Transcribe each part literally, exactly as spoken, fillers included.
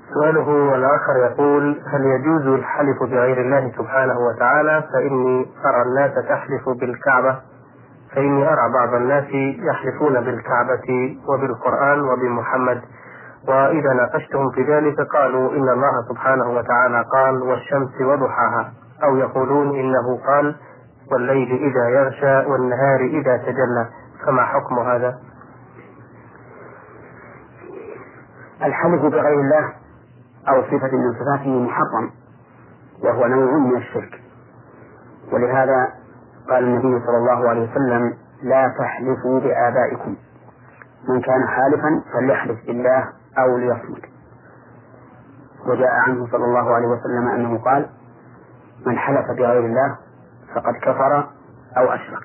سؤاله الآخر يقول: هل يجوز الحلف بغير الله سبحانه وتعالى؟ فإني أرى الناس تحلف بالكعبة فإني أرى بعض الناس يحلفون بالكعبة وبالقرآن وبمحمد، وإذا ناقشتهم في ذلك قالوا إن الله سبحانه وتعالى قال والشمس وضحاها، أو يقولون إنه قال والليل إذا يغشى والنهار إذا تجلى، فما حكم هذا؟ الحلف بغير الله أو صفة من صفاته محرم، وهو نوع من الشرك، ولهذا قال النبي صلى الله عليه وسلم: لا تحلفوا بآبائكم، من كان حالفا فليحلف بالله أو ليصمت. وجاء عنه صلى الله عليه وسلم أنه قال: من حلف بغير الله فقد كفر أو أشرك.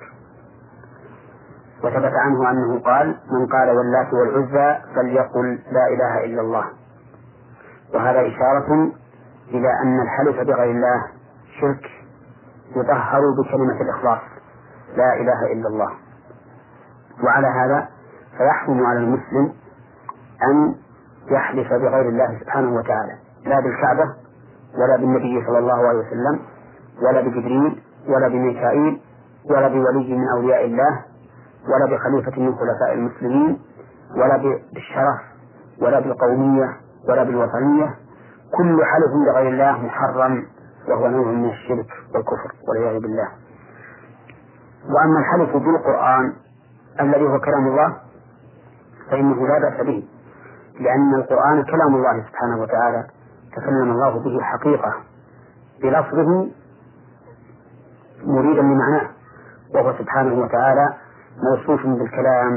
وثبت عنه أنه قال: من قال واللات والعزى فليقل لا إله إلا الله. وهذا إشارة إلى أن الحلف بغير الله شرك يطهر بكلمة الإخلاص لا إله إلا الله. وعلى هذا فيحرم على المسلم أن يحلف بغير الله سبحانه وتعالى، لا بالكعبة ولا بالنبي صلى الله عليه وسلم ولا بجبريل ولا بميكائيل ولا بولي من أولياء الله ولا بخليفة من خلفاء المسلمين ولا بالشرف ولا بالقومية ولا بالوطنية. كل حلف بغير الله محرم، وهو نوع من الشرك والكفر والعياذ بالله. وأما الحلف بالقرآن الذي هو كلام الله فإنه لا بأس به، لأن القرآن كلام الله سبحانه وتعالى تكلم الله به حقيقة بلفظه مريدا لمعناه، وهو سبحانه وتعالى موصوف بالكلام،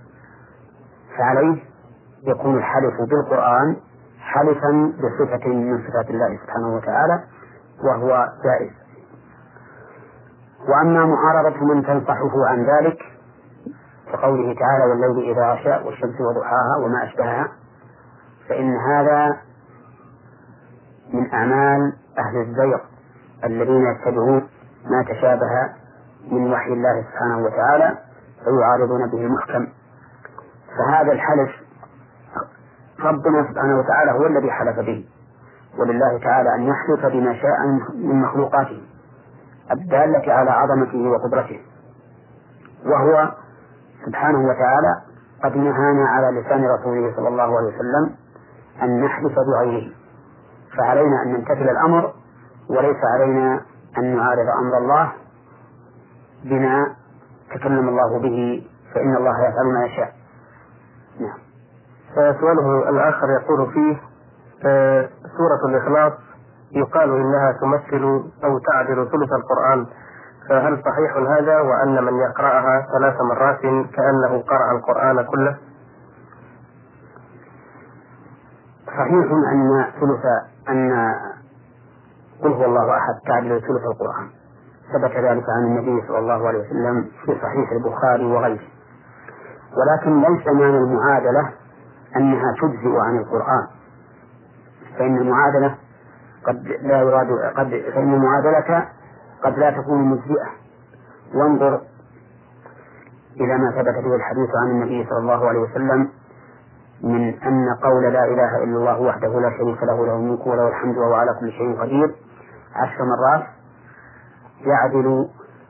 فعليه يكون الحلف بالقرآن حلفا بصفة من صفات الله سبحانه وتعالى، وهو جائز. وأما معارضة من تنصحه عن ذلك كقوله تعالى والليل إذا غشى والشمس وضحاها وما أشبهها، فإن هذا من أعمال أهل الزيغ الذين يتبعون ما تشابه من وحي الله سبحانه وتعالى فيعارضون به المحكم. فهذا الحلف ربنا سبحانه وتعالى هو الذي حلف به، ولله تعالى أن يحلف بما شاء من مخلوقاته الدالة على عظمته وقدرته، وهو سبحانه وتعالى قد نهانا على لسان رسوله صلى الله عليه وسلم أن نحلف بغيره، فعلينا أن نمتثل الأمر وليس علينا أن نعارض أمر الله بما تكلم الله به، فإن الله يفعل ما يشاء. نعم. سؤاله الآخر يقول فيه: سورة الإخلاص يقال إنها تمثل أو تعدل ثلث القرآن، فهل صحيح هذا؟ وأن من يقرأها ثلاث مرات كأنه قرأ القرآن كله؟ صحيح أن ثلث أن قل هو الله أحد تعدل ثلث القرآن، ثبت ذلك عن النبي صلى الله عليه وسلم في صحيح البخاري وغيره، ولكن ليس معنى المعادلة أنها تجزئ عن القرآن، فإن المعادلة قد لا يراد قد فإن المعادلة قد لا تكون مجزئة. وانظر إلى ما ثبت به الحديث عن النبي صلى الله عليه وسلم من أن قول لا إله إلا الله وحده لا شريك له له الملك وله الحمد وهو على كل شيء قدير عشر مرات يعدل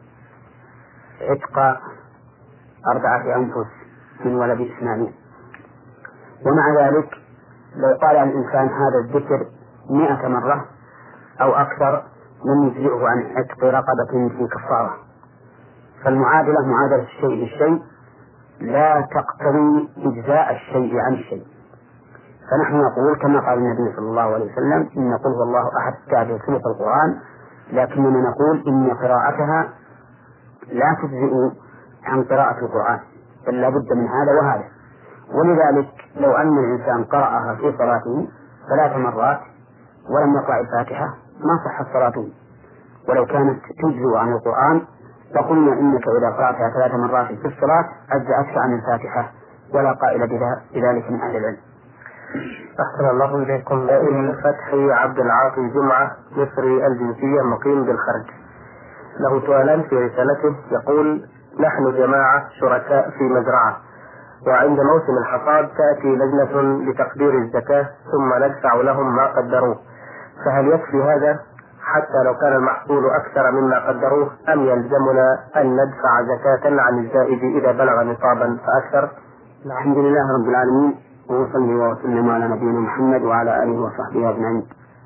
عتق أربعة أنفس من ولد إسماعيل. ومع ذلك لو قال الإنسان هذا الذكر مئة مرة أو أكثر لم يجزئه عن عتق رقبة في كفارة. فالمعادلة معادلة الشيء بالشيء لا تقتضي إجزاء الشيء عن الشيء. فنحن نقول كما قال النبي صلى الله عليه وسلم إن قل هو الله أحد تعدل ثلث القرآن، لكننا نقول إن قراءتها لا تجزئ عن قراءة القرآن، بل لا بد من هذا وهذا. ولذلك لو أن الإنسان قرأها في صلاته ثلاث مرات ولم يقرأ الفاتحة ما صحت صلاته. ولو كانت تجزئ عن القرآن فقلنا إنك إذا قرأتها ثلاث مرات في الصلاة أجزأتك عن الفاتحة، ولا قائل بذلك من أهل العلم. أحسن الله إليكم. ابن فتحي عبد العاطي جمعة مصري الجنسية مقيم بالخرج، له سؤالان في رسالته. يقول: نحن جماعة شركاء في مزرعة، وعند موسم الحصاد تأتي لجنة لتقدير الزكاة ثم ندفع لهم ما قدروه، فهل يكفي هذا حتى لو كان المحصول أكثر مما قدروه، أم يلزمنا أن ندفع زكاة عن الزائد إذا بلغ نصابا فأكثر؟ الحمد لله رب العالمين، وصلي وسلم على نبينا محمد وعلى آله وصحبه أجمعين.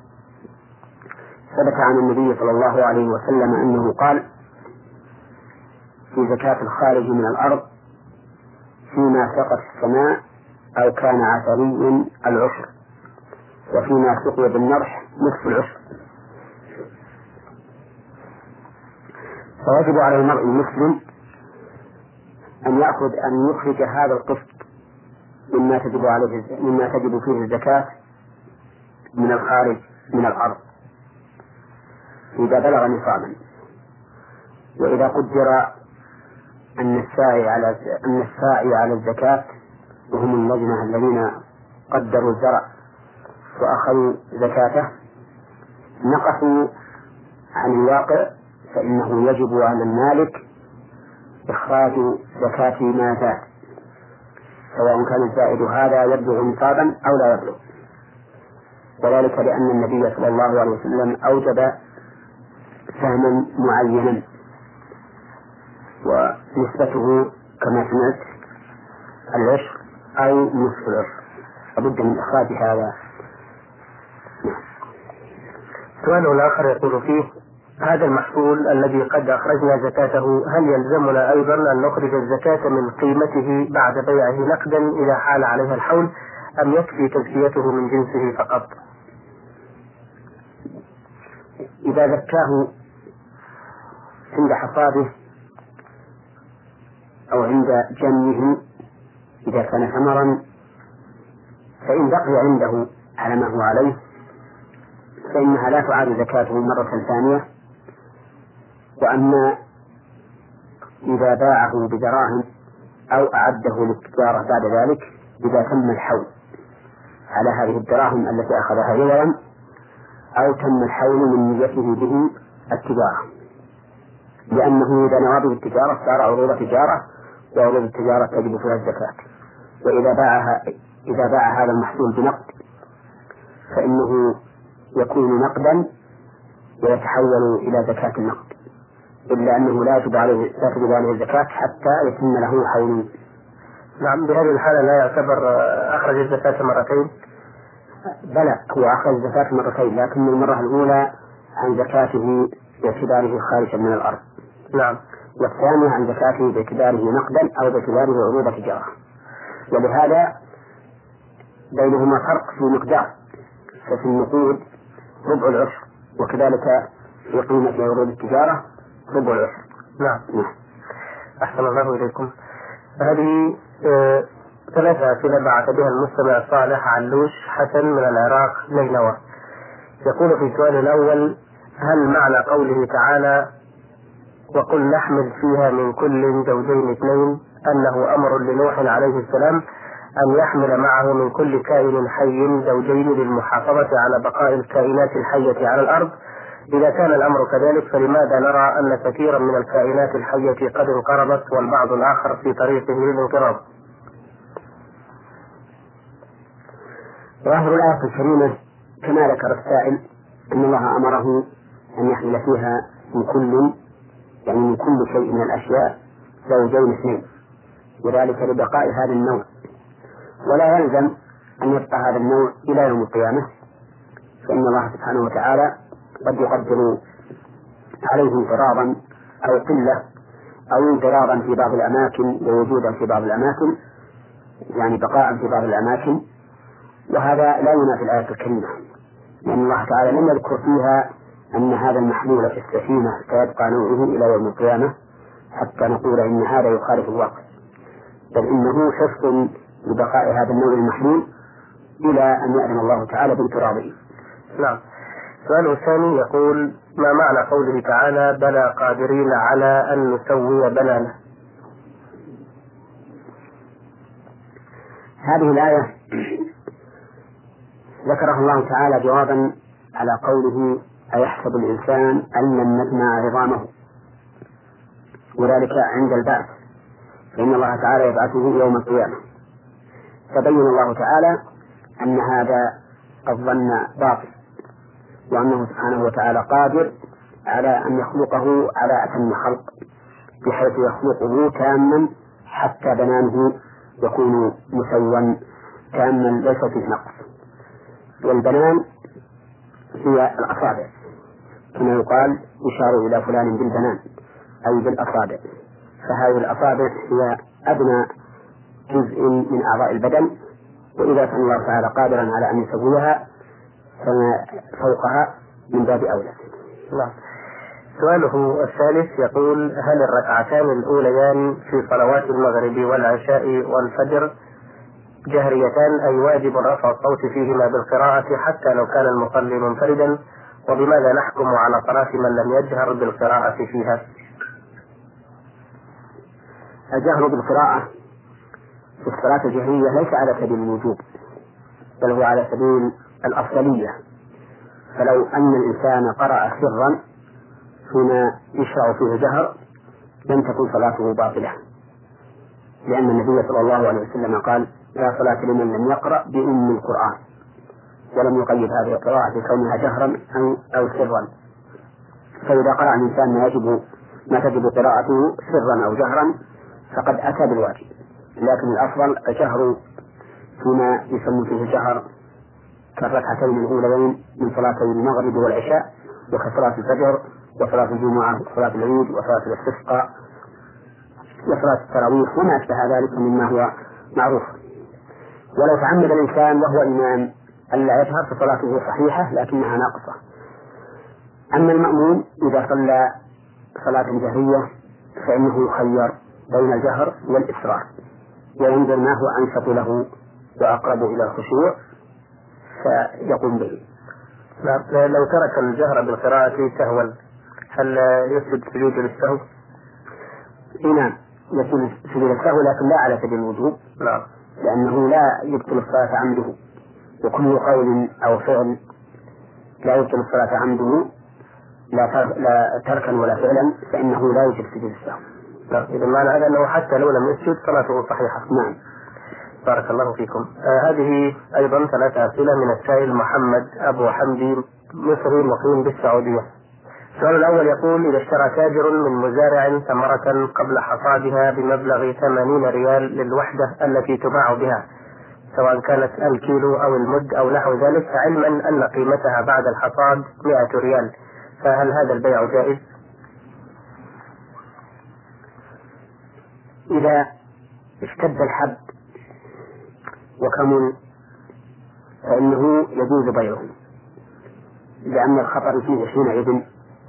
ثبت عن النبي صلى الله عليه وسلم أنه قال في زكاة الخارج من الأرض فيما سقط السماء أو كان عشري العشر، وفيما سقي بالنرح نصف العشر. فيجب على المرء المسلم أن يأخذ أن يخرج هذا القسط مما تجب عليه مما تجب فيه الزكاة من الخارج من الأرض إذا بلغ نصابا. وإذا قدر أن الساعي على أن الساعي على الزكاة وهم اللجنة الذين قدروا الزرع وأخذوا زكاته نقصوا عن الواقع، فإنه يجب على المالك إخراج زكاة ما زاد، سواء كان الزائد هذا يبلغ نصابا أو لا يبلغ، وذلك لأن النبي صلى الله عليه وسلم أوجب سهما معينا ونسبته كما سمعت العشر أو نصف العشر، لابد من إخراج هذا. سؤال الآخر يقول فيه: هذا المحصول الذي قد أخرجنا زكاته هل يلزمنا أيضا أن نخرج الزكاة من قيمته بعد بيعه نقدا إذا حال عليها الحول، أم يكفي تزكيته من جنسه فقط؟ إذا زكاه عند حصاده أو عند جنيه إذا كان ثمرا، فإن بقي عنده على ما هو عليه فإنها لا تعاد زكاته مرة ثانية. وأما إذا باعه بدراهم أو أعده للتجارة بعد ذلك إذا تم الحول على هذه الدراهم التي أخذها عوضا، أو تم الحول من نيته به التجارة، لأنه إذا نوى به التجارة صار عروض تجارة، وعروض التجارة تجب فيها الزكاة. وإذا باعها إذا باع هذا المحصول بنقد فإنه يكون نقدا ويتحول إلى زكاة النقد، إلا أنه لا تجب عليه لا تجب عليه الزكاة حتى يتم له حول. نعم، بهذه الحالة لا يعتبر أخرج الزكاة مرتين؟ بلى، هو أخرج الزكاة مرتين، لكن المرة الأولى عن زكاته باعتباره خارجا من الأرض، نعم، والثانية عن زكاته باعتباره نقدا أو باعتباره عروض تجارة. ولهذا بينهما فرق في مقدار، ففي النقود ربع العشر، وكذلك في قيمة عروض التجارة ربع العشر. نعم. نعم. أحسن الله إليكم. هذه آه ثلاثة أسئلة بعث بها المستمع صالح علوش حسن من العراق نينوى. يقول في السؤال الأول: هل معنى قوله تعالى وقل نحمل فيها من كل زوجين اثنين أنه أمر لنوح عليه السلام أن يحمل معه من كل كائن حي زوجين للمحافظة على بقاء الكائنات الحية على الأرض؟ إذا كان الأمر كذلك فلماذا نرى أن كثيرا من الكائنات الحية قد انقرضت والبعض الآخر في طريقه للانقراض؟ ظاهر الآية الكريمة كما ذكر السائل أن الله أمره أن يحمل فيها من كل يعني من كل شيء من الأشياء زوجين اثنين، وذلك لبقاء هذا النوع، ولا يلزم أن يبقى هذا النوع إلى يوم القيامة، فإن الله سبحانه وتعالى قد يقدر عليه انقراضا أو قلة أو انقراضا في بعض الأماكن ووجودا في بعض الأماكن، يعني بقاء في بعض الأماكن، وهذا لا ينافي الآية الكريمة، لأن الله تعالى لم يذكر فيها أن هذا المحلول في السفينة سيبقى نوعه إلى يوم القيامة حتى نقول إن هذا يخالف الواقع، بل إنه حفظ لبقاء هذا النوع المحلول إلى أن يأذن الله تعالى بانقراضه. نعم. السؤال الثاني يقول: ما معنى قوله تعالى بلى قادرين على أن نسوي بنانه؟ هذه الآية ذكرها الله تعالى جوابا على قوله أيحسب الإنسان أن لن نجمع عظامه، وذلك عند البعث، فإن الله تعالى يبعثه يوم القيامة. فبين الله تعالى أن هذا الظن باطل، وأنه سبحانه وتعالى قادر على أن يخلقه على أتم خلق، بحيث يخلقه تاما حتى بنانه يكون مسوى تاما ليس فيه نقص. والبنان هي الأصابع، كما يقال يشار إلى فلان بالبنان أي بالأصابع، فهذه الأصابع هي أدنى جزء من أعضاء البدن، وإذا كان الله تعالى قادرا على أن يسويها فما فوقها من باب أولى. نعم. سؤاله الثالث يقول: هل الركعتان الأوليان في صلوات المغرب والعشاء والفجر جهريتان أي واجب رفع الصوت فيهما بالقراءة حتى لو كان المصلي منفردا؟ وبماذا نحكم على صلاة من لم يجهر بالقراءة فيها؟ الجهر بالقراءة في الصلاة الجهرية ليس على سبيل الوجوب، بل هو على سبيل الأفضلية. فلو أن الإنسان قرأ سرا فيما يشرع فيه جهر لم تكن صلاته باطلة، لأن النبي صلى الله عليه وسلم قال: لا صلاة لمن لم يقرأ بأم القرآن، ولم يقيد هذه القراءة بكونها جهرا أو سرا. فإذا قرأ الإنسان ما يجب ما تجب قراءته سرا أو جهرا فقد أتى بالواجب، لكن الأفضل الجهر فيما يسمى فيه الجهر كالركعتين الأولين من صلاتي المغرب والعشاء، وكصلاة الفجر وصلاة الجمعة وصلاة العيد وصلاة الاستسقاء وصلاة التراويح وما أشبه ذلك مما هو معروف. ولو تعمد الإنسان وهو إمام ألا يجهر فصلاته صحيحة لكنها ناقصة. أما المأموم إذا صلى صلاة جهرية فإنه يخير بين الجهر والإسرار، وينظر ما هو أنشط له وأقرب إلى الخشوع فيقوم به. لو ترك الجهر بالقراءة سهوا هل يسجد سجود للسهو؟ نعم، يسجد سجود السهو، لكن لا على سبيل الوجوب، لأنه لا يبطل الصلاة عمده، وكل قول أو فعل لا يبطل الصلاة عمده لا تركا ولا فعلا فإنه لا يجب سجود السهو. إذا معنى هذا أنه حتى لو لم يسجد صلاته صحيحة. نعم. بارك الله فيكم. آه هذه أيضا ثلاثة أسئلة من السائل محمد أبو حمدي مصري مقيم بالسعودية. السؤال الأول يقول: إذا اشترى تاجر من مزارع ثمرة قبل حصادها بمبلغ ثمانين ريال للوحدة التي تباع بها، سواء كانت الكيلو أو المد أو نحو ذلك، علما أن قيمتها بعد الحصاد مئة ريال، فهل هذا البيع جائز؟ إذا اشتد الحب وكمل فإنه يجوز بيعه، لأن الخطر فيه حينئذ،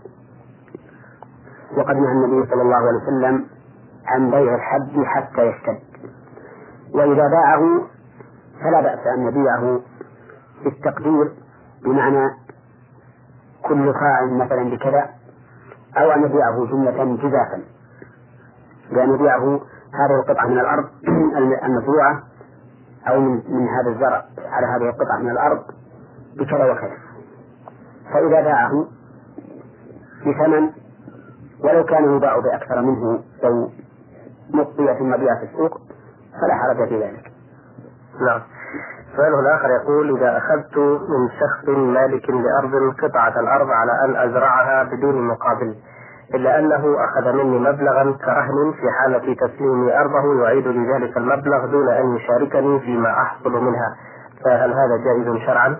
وقد نهى النبي صلى الله عليه وسلم عن بيع الحب حتى يشتد. وإذا باعه فلا بأس أن يبيعه بالتقدير، بمعنى كل صاع مثلا بكذا، أو أن يبيعه جملة جزافا، بأن يبيعه هذه القطعة من الأرض المزروعة أو من, من هذا الزرع على هذه القطعة من الأرض بكذا وكذا. فإذا باعه بثمن ولو كان يباع بأكثر منه لو مطية ثم بيع في السوق فلا حرج في ذلك. نعم. سؤاله الآخر يقول: إذا أخذت من شخص مالك لأرض قطعة الأرض على أن أزرعها بدون مقابل، إلا أنه أخذ مني مبلغا كرهن في حالة تسليمي أرضه يعيد لي ذلك المبلغ دون أن يشاركني فيما أحصل منها، فهل هذا جائز شرعا؟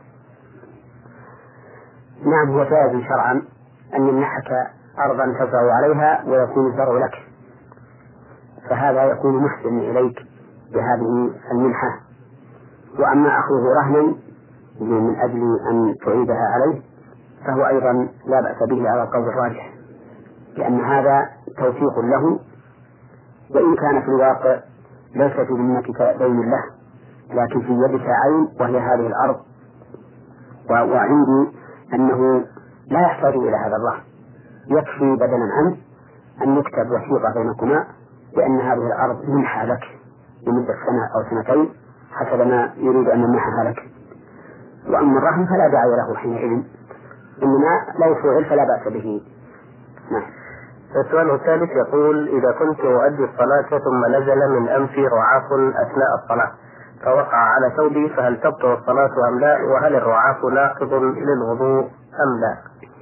نعم، هو جائز شرعا أن يمنحك أرضا تزرع عليها ويكون الزرع لك، فهذا يكون محسن إليك بهذه المنحة. وأما أخذه رهنا من أجل أن تعيدها عليه فهو أيضا لا بأس به على القول الراجح، لأن هذا توثيق له، وإن كان في الواقع ليس في ذمتك دين له، لكن في يدك عين وهي هذه الأرض، وعندي أنه لا يحتاج إلى هذا الرهن، يكفي بدلا عنه أن يكتب وثيقة بينكما بأن هذه الأرض منحة لك لمدة سنة أو سنتين حسب ما يريد أن يمنحها لك. وأما الرهن فلا داعي له حينئذ، إنما لو فعل فلا بأس به. نعم. السؤال الثالث يقول: إذا كنت أؤدي الصلاة ثم نزل من أنفي رعاف أثناء الصلاة، فوقع على ثوبي فهل تبطل الصلاة أم لا؟ وهل الرعاف ناقض للوضوء أم لا؟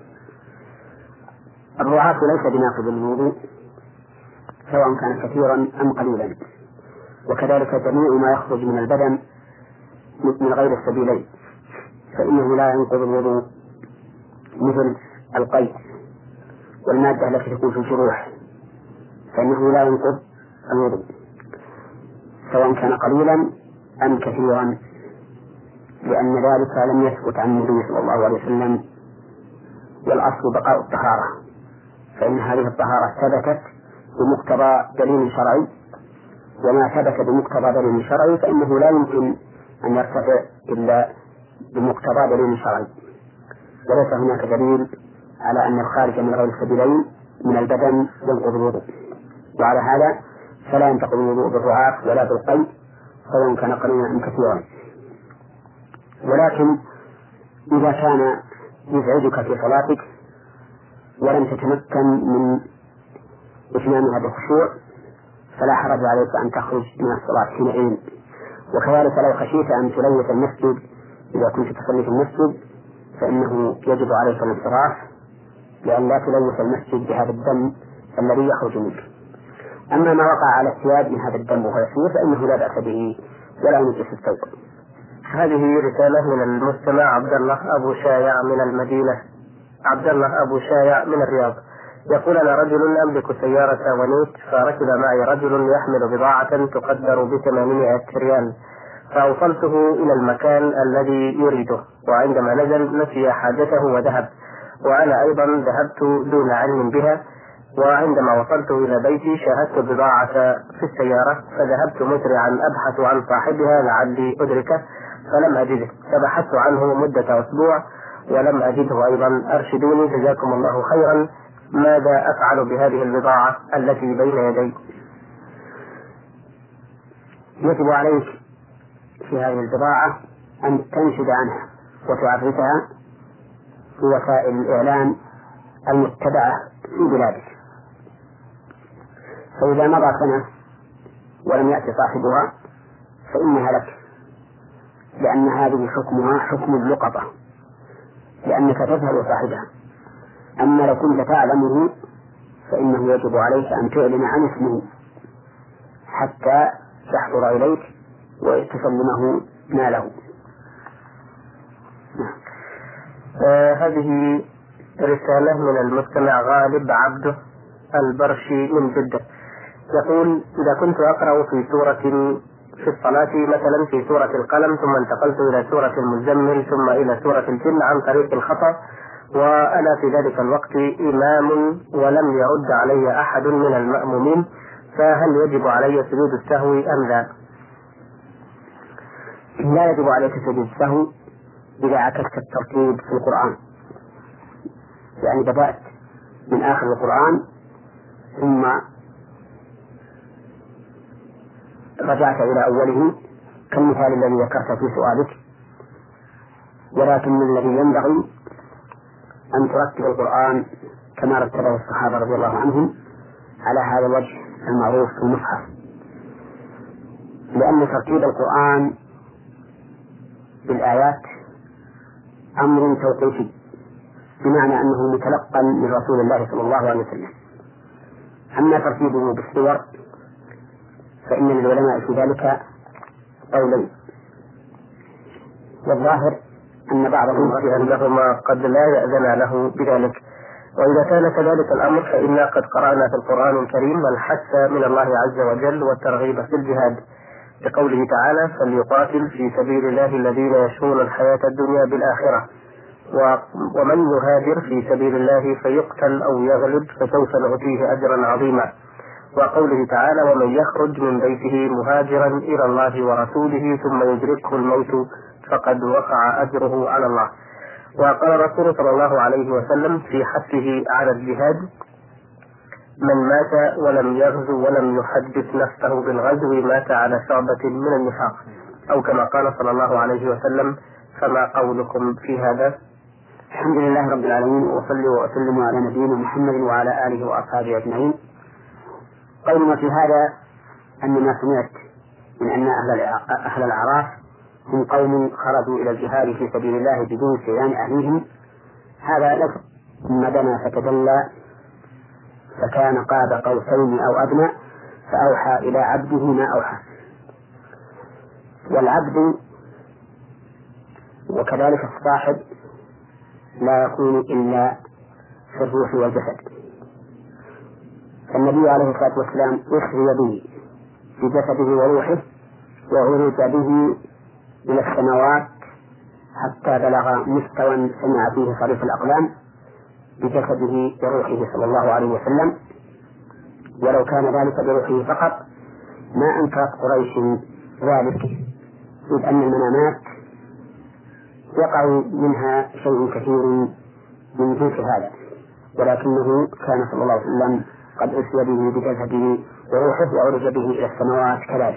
الرعاف ليس بناقض للوضوء سواء كان كثيرا أم قليلا، وكذلك جميع ما يخرج من البدن من غير السبيلين فإنه لا ينقض الوضوء، مثل القيء والمادة التي تكون في الجروح فإنه لا ينقض الوضوء سواء كان قليلا أم كثيرا، لأن ذلك لم يثبت عن النبي صلى الله عليه وسلم، والأصل بقاء الطهارة، فإن هذه الطهارة ثبتت بمقتضى دليل شرعي، وما ثبت بمقتضى دليل شرعي فإنه لا يمكن أن يرتفع إلا بمقتضى دليل شرعي، وليس هناك دليل على أن الخارج من غير السبيلين من البدن ينقض الوضوء، وعلى هذا فلا ينتقض الوضوء بالرعاف ولا بالقيء سواء كان قليلا أم كثيرا. ولكن إذا كان يزعجك في صلاتك ولم تتمكن من إتمامها بالخشوع فلا حرج عليك أن تخرج من الصلاة حينئذ. وكذلك لو خشيت أن تلوث المسجد إذا كنت تصلي في المسجد فإنه يجب عليك الانصراف لأن لا تلوث المسجد بهذا الدم الذي يخرج منك. أما ما وقع على الثياب من هذا الدم وهو يسير فإنه لا بأس به ولا ينجس الثوب. هذه رسالة من المستمع عبد الله أبو شايع من المدينة. عبد الله أبو شايع من الرياض يقول: أنا رجل أملك سيارة ونيت، فركب معي رجل يحمل بضاعة تقدر بثمانمائة ريال، فأوصلته إلى المكان الذي يريده، وعندما نزل نسي حاجته وذهب، وأنا أيضا ذهبت دون علم بها، وعندما وصلت إلى بيتي شاهدت البضاعة في السيارة فذهبت مسرعا أبحث عن صاحبها لعلي أدركه فلم أجده، فبحثت عنه مدة أسبوع ولم أجده أيضا. أرشدوني جزاكم الله خيرا، ماذا أفعل بهذه البضاعة التي بين يدي؟ يجب عليك في هذه البضاعة أن تنشد عنها وتعرفها في وسائل الإعلام المتبعة في بلادك، فإذا مضى سنة ولم يأتي صاحبها فإنها لك، لأن هذه حكمها حكم اللقطة، لأنك تجهل صاحبها. أما لو كنت تعلمه فإنه يجب عليك أن تعلن عن اسمه حتى تحضر إليك وتسلمه ماله. آه هذه رسالة من المستمع غالب عبده البرشي من جدة يقول: إذا كنت أقرأ في سورة في الصلاة مثلا في سورة القلم ثم انتقلت إلى سورة المزمل ثم إلى سورة الجن عن طريق الخطأ، وأنا في ذلك الوقت إمام ولم يرد علي أحد من المأمومين، فهل يجب علي سجود السهو أم لا؟ لا يجب عليك سجود السهو إذا عكست الترتيب في القرآن، يعني بدأت من آخر القرآن ثم رجعت إلى أوله كالمثال الذي ذكرت في سؤالك، ولكن الذي ينبغي أن ترتب القرآن كما رتبه الصحابة رضي الله عنهم على هذا الوجه المعروف في المصحف، لأن ترتيب القرآن بالآيات أمر توقيفي، بمعنى أنه متلقى من رسول الله صلى الله عليه وسلم. أما ترتيبه بالسور فإن للعلماء في ذلك قولين، والظاهر أن بعضهم أنهما قد لا يأذن له بذلك، وإذا كان كذلك الأمر فإنا قد قرأنا في القرآن الكريم الحث من الله عز وجل والترغيب في الجهاد بقوله تعالى: فليقاتل في سبيل الله الذين يشرون الحياة الدنيا بالآخرة، ومن يهاجر في سبيل الله فيقتل أو يغلب فسوف نؤتيه أجرا عظيما، وقوله تعالى: ومن يخرج من بيته مهاجرا إلى الله ورسوله ثم يدركه الموت فقد وقع أجره على الله. وقال الرسول صلى الله عليه وسلم في حثه على الجهاد: من مات ولم يغزو ولم يحدث نفسه بالغزو مات على شعبة من النفاق، أو كما قال صلى الله عليه وسلم. فما قولكم في هذا؟ الحمد لله رب العالمين، وصلي وأسلم على نبينا محمد وعلى آله وأصحابه أجمعين. قولنا في هذا أننا سمعت من أن أهل الأعراف هم قوم خرجوا إلى الجهاد في سبيل الله بدون استئذان أهليهم، هذا لفظ ثم دنا فتدلى فكان قاب قوسين أو أدنى فأوحى إلى عبده ما أوحى. والعبد وكذلك الصاحب لا يكون إلا في الروح والجسد. النبي عليه الصلاة والسلام أسري به بجسده وروحه وعرج به إلى السماوات حتى بلغ مستوى سمع فيه صريف الأقلام بجسده وروحه صلى الله عليه وسلم. ولو كان ذلك بروحه فقط ما أنكرت قريش ذلك، إذ أن المنامات يقع منها شيء كثير من جنس هذا، ولكنه كان صلى الله عليه وسلم قد أسري به بجسده وروحه وعرج به إلى السماوات كذلك.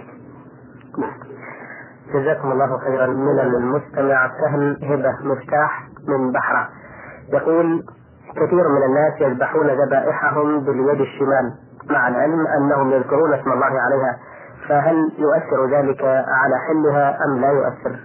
جزاكم الله خيرا. من المستمع سهل هبة مفتاح من بحرة يقول: كثير من الناس يذبحون ذبائحهم باليد الشمال مع العلم أنهم يذكرون اسم الله عليها، فهل يؤثر ذلك على حلها أم لا يؤثر؟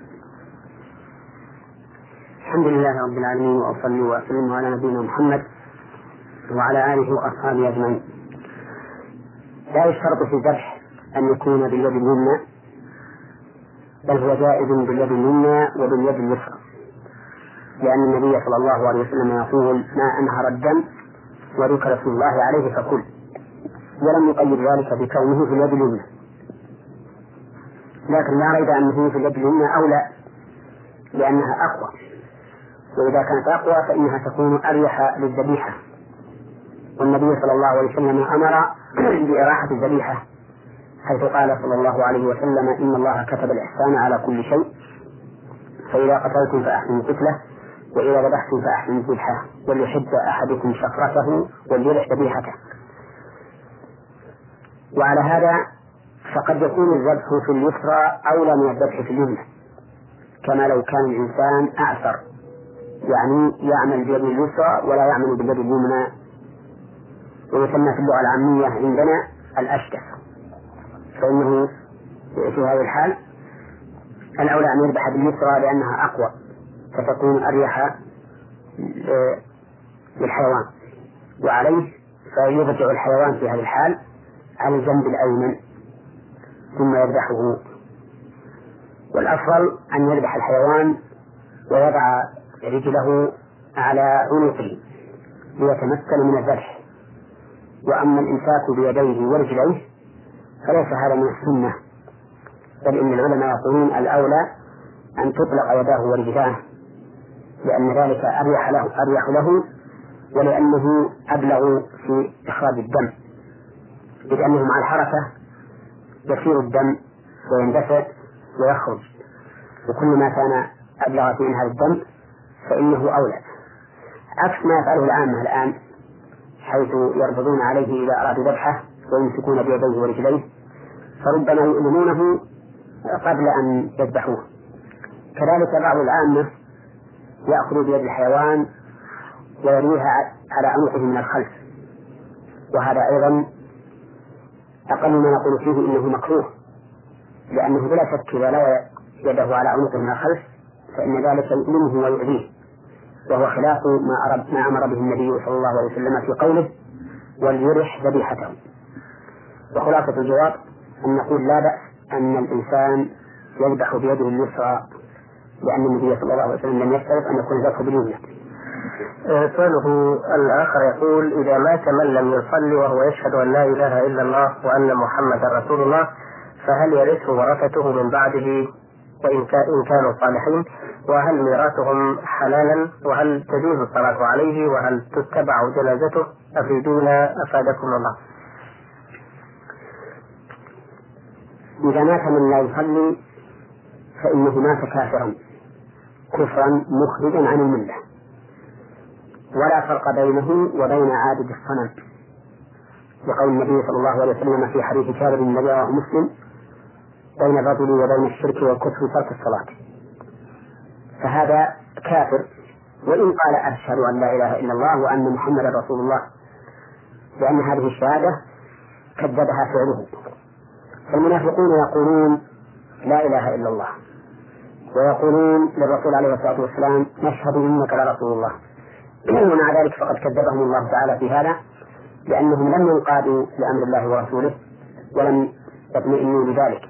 الحمد لله رب العالمين، وأصلي وأسلم على نبينا محمد وعلى آله وأصحابه أجمعين. لا يشترط في الذبح أن يكون باليد اليمنى، بل هو جائز باليد اليمنى وباليد اليسرى، لأن النبي صلى الله عليه وسلم يقول: ما أنهر الدم وذكر اسم الله عليه فكل، ولم يقيد ذلك بكونه في اليد اليمنى، لكن لا ريب أنه في اليد اليمنى أولى لأنها أقوى، وإذا كانت أقوى فإنها تكون أريح للذبيحة. والنبي صلى الله عليه وسلم أمر بإراحة الذبيحة حيث قال صلى الله عليه وسلم: إن الله كتب الإحسان على كل شيء، فإذا قتلتم فأحسنوا القتلة، وإذا ذبحتم فأحسنوا الذبحة، وليحد أحدكم شفرته وليرح ذبيحته. وعلى هذا فقد يكون الذبح في اليسرى أولى من الذبح في اليمنى، كما لو كان الإنسان أعسر، يعني يعمل باليد اليسرى ولا يعمل باليد اليمنى، ويسمى في اللغة العامية عندنا الأشتف، فإنه في هذه الحال الأولى أن يذبح باليسرى لأنها أقوى فتكون أريح للحيوان، وعليه فيرجع الحيوان في هذه الحال على الجنب الأيمن ثم يذبحه. والأفضل أن يذبح الحيوان ويضع رجله على عنقه ليتمكن من الذبح. وأما الإمساك بيديه ورجليه فليس هذا من السنة، بل إن العلماء يقولون الأولى أن تطلق يداه ورجلاه، لأن ذلك أريح له, أريح له ولأنه أبلغ في إخراج الدم، لأنه مع الحركة يسير الدم ويندفع ويخرج، وكل ما كان أبلغ في إنهاء الدم فإنه أولى، عكس ما يفعله العامة الآن حيث يرفضون عليه إذا أرادوا ذبحه ويمسكون بيديه ورجليه، فربما يؤلمونه قبل أن يذبحوه. كذلك بعض العامة يأخذ بيد الحيوان ويرميها على عنقه من الخلف، وهذا أيضا أقل ما نقول فيه إنه مكروه، لأنه بلا شك إذا لا يده على عنقه من الخلف فإن ذلك يؤلمه ويؤذيه، وهو خلاف ما, ما أمر به النبي صلى الله عليه وسلم في قوله: وليرح ذبيحته. وخلاصة الجواب أن نقول لا بأس أن الإنسان يذبح بيده اليسرى، لأن النبي صلى الله عليه وسلم لم يشترط أن يكون ذبحه باليمنى. سؤاله الآخر يقول: إذا مات من لم يصلي وهو يشهد أن لا إله إلا الله وأن محمدا رسول الله، فهل يرثه ورثته من بعده وإن كانوا صالحين؟ وهل ميراثهم حلالا؟ وهل تجوز الصلاة عليه؟ وهل تتبع جنازته؟ أفيدونا أفادكم الله. إذا مات من لا يصلي فإنه مات كافرا كفرا مخرجا عن الملة، ولا فرق بينه وبين عابد الصنم، لقول النبي صلى الله عليه وسلم في حديث جابر بن عبد الله مسلم: بين الرجل وبين الشرك والكفر ترك الصلاة. فهذا كافر وإن قال أشهد أن لا إله إلا الله وأن محمدا رسول الله، لأن هذه الشهادة كذبها فعله، المنافقون يقولون لا إله إلا الله، ويقولون للرسول عليه الصلاة والسلام نشهد إنك لرسول الله، ومع ذلك فقد كذبهم الله تعالى في هذا، لأنهم لم ينقادوا لأمر الله ورسوله ولم يطمئنوا بذلك.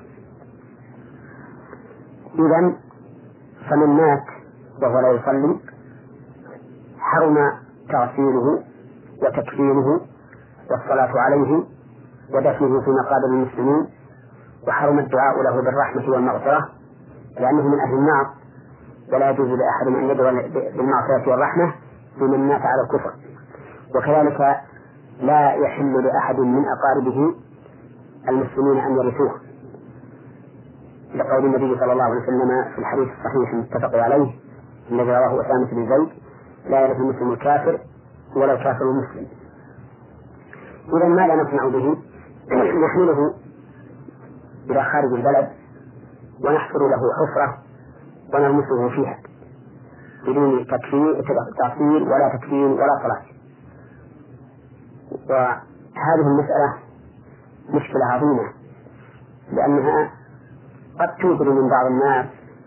إذن فمن مات وهو لا يصلي حرم تغسيله وتكفينه والصلاة عليه ودفنه في مقابر المسلمين، وحرم الدعاء له بالرحمة والمغفرة لأنه من أهل النار، ولا يجوز لأحد أن يدعو بالمغفرة والرحمة لمن مات على الكفر. وكذلك لا يحل لأحد من أقاربه المسلمين أن يرثوه، لقول النبي صلى الله عليه وسلم في الحديث الصحيح المتفق عليه الذي رواه أسامة بن زيد: لا يرث المسلم الكافر ولا الكافر المسلم. إذا ما لا نصنع به نحمله إلى خارج البلد ونحفر له حفرة ونرمسه فيها بدون تكفير ولا تكفير ولا صلاة. وهذه المسألة مشكلة عظيمة، لأنها قد توجد من بعض الناس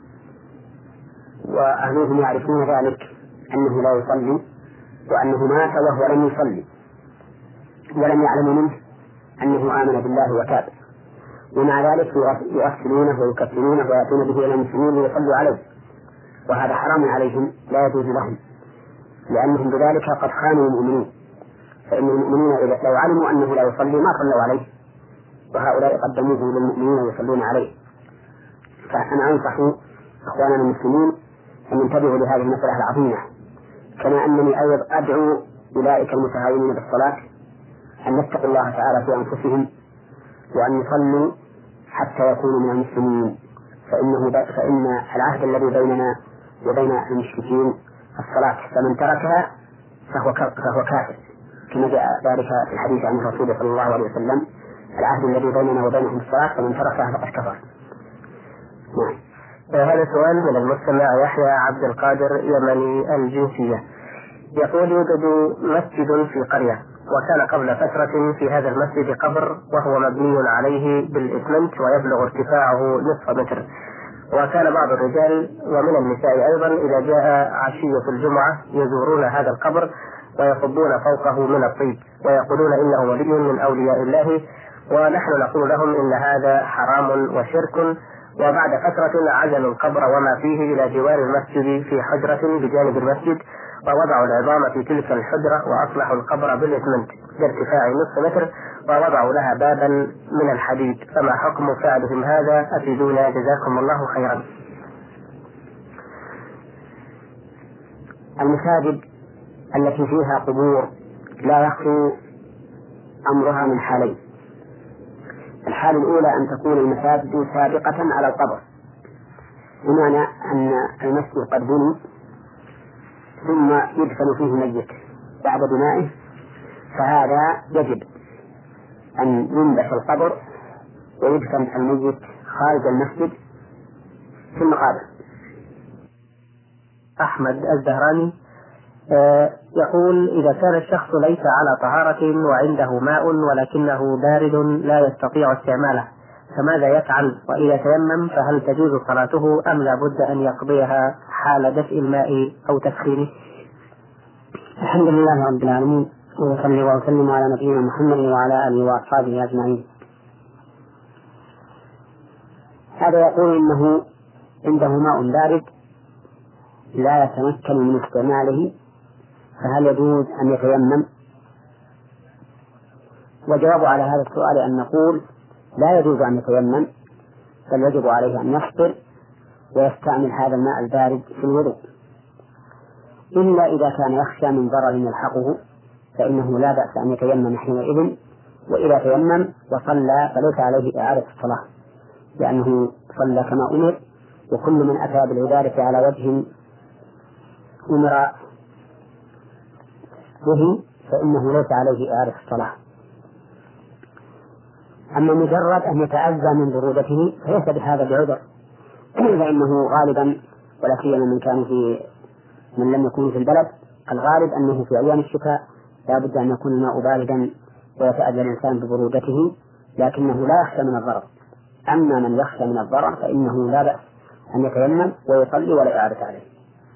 وأهلهم يعرفون ذلك أنه لا يصلي وأنه مات وهو لم يصلي ولم يعلموا منه أنه آمن بالله وتاب، ومع ذلك يغسلونه ويكفنونه ويأتون به إلى المسلمين ليصلوا عليه، وهذا حرام عليهم لا يجوز لهم، لأنهم بذلك قد خانوا المؤمنين، فإن المؤمنين لو علموا أنه لا يصلي ما صلوا عليه، وهؤلاء قدموه للمؤمنين يصلون عليه. فأنا أنصح إخواننا المسلمين أن ينتبهوا لهذه المسألة العظيمة، كما أنني أيضا أدعو أولئك المتهاونين بالصلاة أن يتقوا الله تعالى في أنفسهم وأن يصلوا حتى يكونوا من المسلمين، فإنه فإن العهد الذي بيننا وبين المشركين الصلاة، فمن تركها فهو فهو كافر، كما جاء ذلك في الحديث عن الرسول صلى الله عليه وسلم: العهد الذي بيننا وبينهم الصلاة فمن تركها فقد كفر. نعم. هذا سؤال من المستمع يحيى عبد القادر يمني الجنسية، يقول: يوجد مسجد في قرية، وكان قبل فترة في هذا المسجد قبر وهو مبني عليه بالإسمنت ويبلغ ارتفاعه نصف متر، وكان بعض الرجال ومن النساء أيضا إذا جاء عشية الجمعة يزورون هذا القبر ويصبون فوقه من الطيب ويقولون إنه ولي من أولياء الله، ونحن نقول لهم إن هذا حرام وشرك. وبعد فترة عزلوا القبر وما فيه إلى جوار المسجد في حجرة بجانب المسجد، ووضعوا العظام في تلك الحجرة وأصلحوا القبر بالإسمنت بارتفاع نصف متر ووضعوا لها بابا من الحديد، فما حكم فعلهم هذا؟ أفيدونا جزاكم الله خيرا. المساجد التي فيها قبور لا يخلو أمرها من حالين: الحالة الأولى أن تكون المساجد سابقة على القبر، بمعنى أن المسجد قد بني ثم يدفن فيه ميت بعد بنائه، فهذا يجب أن ينبش القبر ويدفن الميت خارج المسجد في المقابر. أحمد الزهراني يقول: إذا كان الشخص ليس على طهارة وعنده ماء ولكنه بارد لا يستطيع استعماله، فماذا يفعل؟ وإذا تيمم فهل تجوز صلاته أم لا بد أن يقضيها حال دفء الماء أو تسخينه؟ الحمد لله رب العالمين، وصلي وسلم على نبينا محمد وعلى آله وأصحابه أجمعين. هذا يقول إنه عنده ماء بارد لا يتمكن من استعماله، فهل يجوز أن يتيمم؟ وجواب على هذا السؤال أن نقول: لا يجوز أن يتيمم، بل يجب عليه أن يفطر ويستعمل هذا الماء البارد في الوضوء، إلا إذا كان يخشى من ضرر يلحقه فإنه لا بأس أن يتيمم حينئذ، وإذا تيمم وصلى فليس عليه إعادة الصلاة، لأنه صلى كما أمر، وكل من أتى بالعبادة على وجه أمر به فإنه ليس عليه إعادة الصلاة. أما مجرد أن يتأذى من برودته فليس بهذا بعذر، فإنه غالبا ولا سيما من كان في من لم يكن في البلد، الغالب أنه في أيام الشتاء لا بد أن يكون الماء باردا ويتأذى الإنسان ببرودته، لكنه لا يخشى من الضرر. أما من يخشى من الضرر فإنه لا بأس أن يتيمم ويصلي ولا إعادة عليه.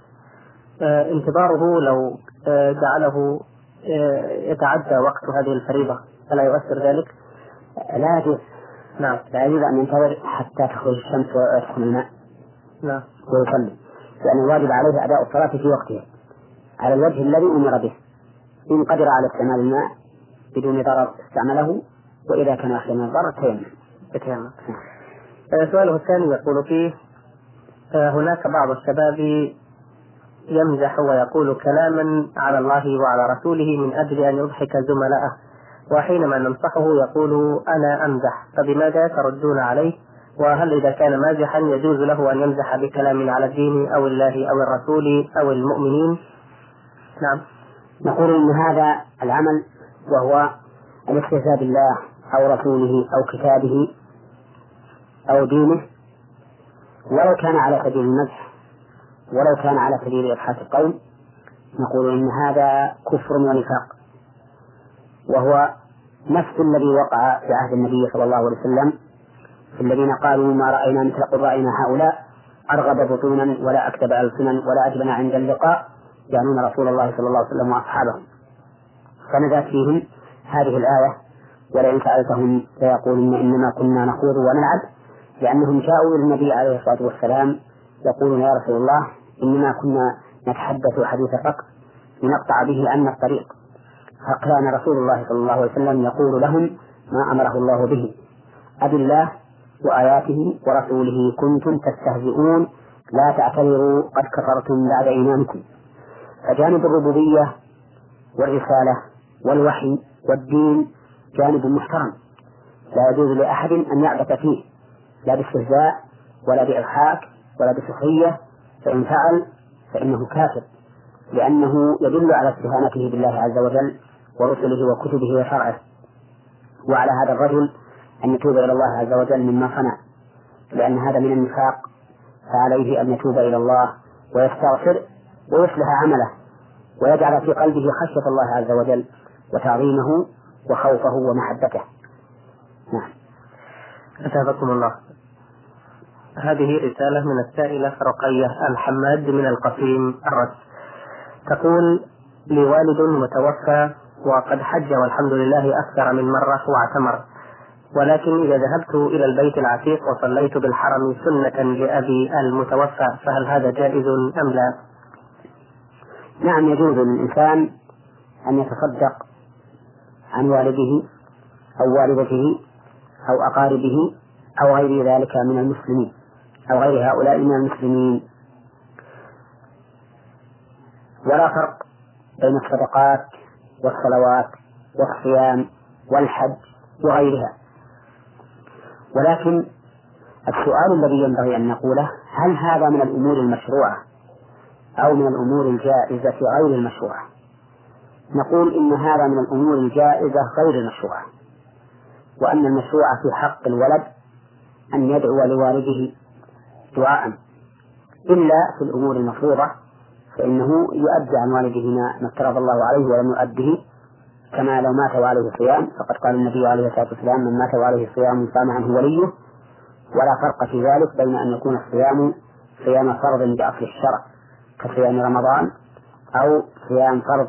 آه انتظاره لو آه جعله آه يتعدى وقت هذه الفريضة فلا يؤثر ذلك؟ لا يجوز. نعم. لا يجوز أن ينتظر حتى تخرج الشمس ويدخل الماء نعم ويصلي، لأن الواجب عليه أداء الصلاة في وقتها على الوجه الذي أمر به. إن قدر على استعمال الماء بدون ضرر استعمله، وإذا كان يخشى من الضرر تيمم. تيمم. سؤاله الثاني يقول فيه: هناك بعض الشباب يمزح ويقول كلاما على الله وعلى رسوله من أجل أن يضحك زملائه، وحينما ننصحه يقول أنا أمزح، فبماذا تردون عليه؟ وهل إذا كان مازحا يجوز له أن يمزح بكلام على الدين أو الله أو الرسول أو المؤمنين؟ نعم. نقول إن هذا العمل وهو الاستهزاء بالله أو رسوله أو كتابه أو دينه، ولو كان على سبيل المزح ولو كان على سبيل إضحاك القوم، نقول إن هذا كفر ونفاق، وهو نفس الذي وقع في عهد النبي صلى الله عليه وسلم في الذين قالوا ما رأينا مثل قرائنا هؤلاء أرغب بطونا ولا أكتب ألسنا ولا أجبن عند اللقاء يعنون رسول الله صلى الله عليه وسلم وأصحابه. فنزلت فيهم هذه الآية: ولئن سألتهم ليقولن إنما كنا نخوض ونلعب، لأنهم جاءوا إلى النبي عليه الصلاة والسلام يقولون يا رسول الله إنما كنا نتحدث حديث الرقص لنقطع به عنا الطريق، فكان رسول الله صلى الله عليه وسلم يقول لهم ما أمره الله به: أبي الله وآياته ورسوله كنتم تستهزئون لا تعتذروا قد كفرتم بعد إيمانكم. فجانب الربوبية والرسالة والوحي والدين جانب محترم لا يجوز لأحد أن يعبث فيه، لا باستهزاء ولا بإضحاك ولا بسخرية، فإن فعل فإنه كافر، لأنه يدل على استهانته بالله عز وجل ورسله وكتبه وشرعه. وعلى هذا الرجل أن يتوب إلى الله عز وجل مما صنع، لأن هذا من النفاق، فعليه أن يتوب إلى الله ويستغفر ويصلح عمله ويجعل في قلبه خشية الله عز وجل وتعظيمه وخوفه ومحبته. نعم. أثابكم الله. هذه رسالة من السائلة رقية الحماد من القصيم الرس، تقول: لي والد متوفى وقد حج والحمد لله أكثر من مرة واعتمر، ولكن إذا ذهبت إلى البيت العتيق وصليت بالحرم سنة لأبي المتوفى فهل هذا جائز أم لا؟ نعم، يجوز للإنسان أن يتصدق عن والده أو والدته أو أقاربه أو غير ذلك من المسلمين أو غير هؤلاء من المسلمين، ولا فرق بين الصدقات والصلوات والصيام والحج وغيرها. ولكن السؤال الذي ينبغي أن نقوله: هل هذا من الأمور المشروعة أو من الأمور الجائزة غير المشروعة؟ نقول إن هذا من الأمور الجائزة غير المشروعة، وأن المشروع في حق الولد أن يدعو لوالده دعاء، إلا في الأمور المفروضة فإنه يؤدي عن والده ما افترض الله عليه ولم يؤده، كما لو مات وعليه صيام، فقد قال النبي عليه الصلاة والسلام: من مات وعليه صيام صام عنه وليه. ولا فرق في ذلك بين أن يكون الصيام صيام فرض بأصل الشرع كصيام رمضان أو صيام فرض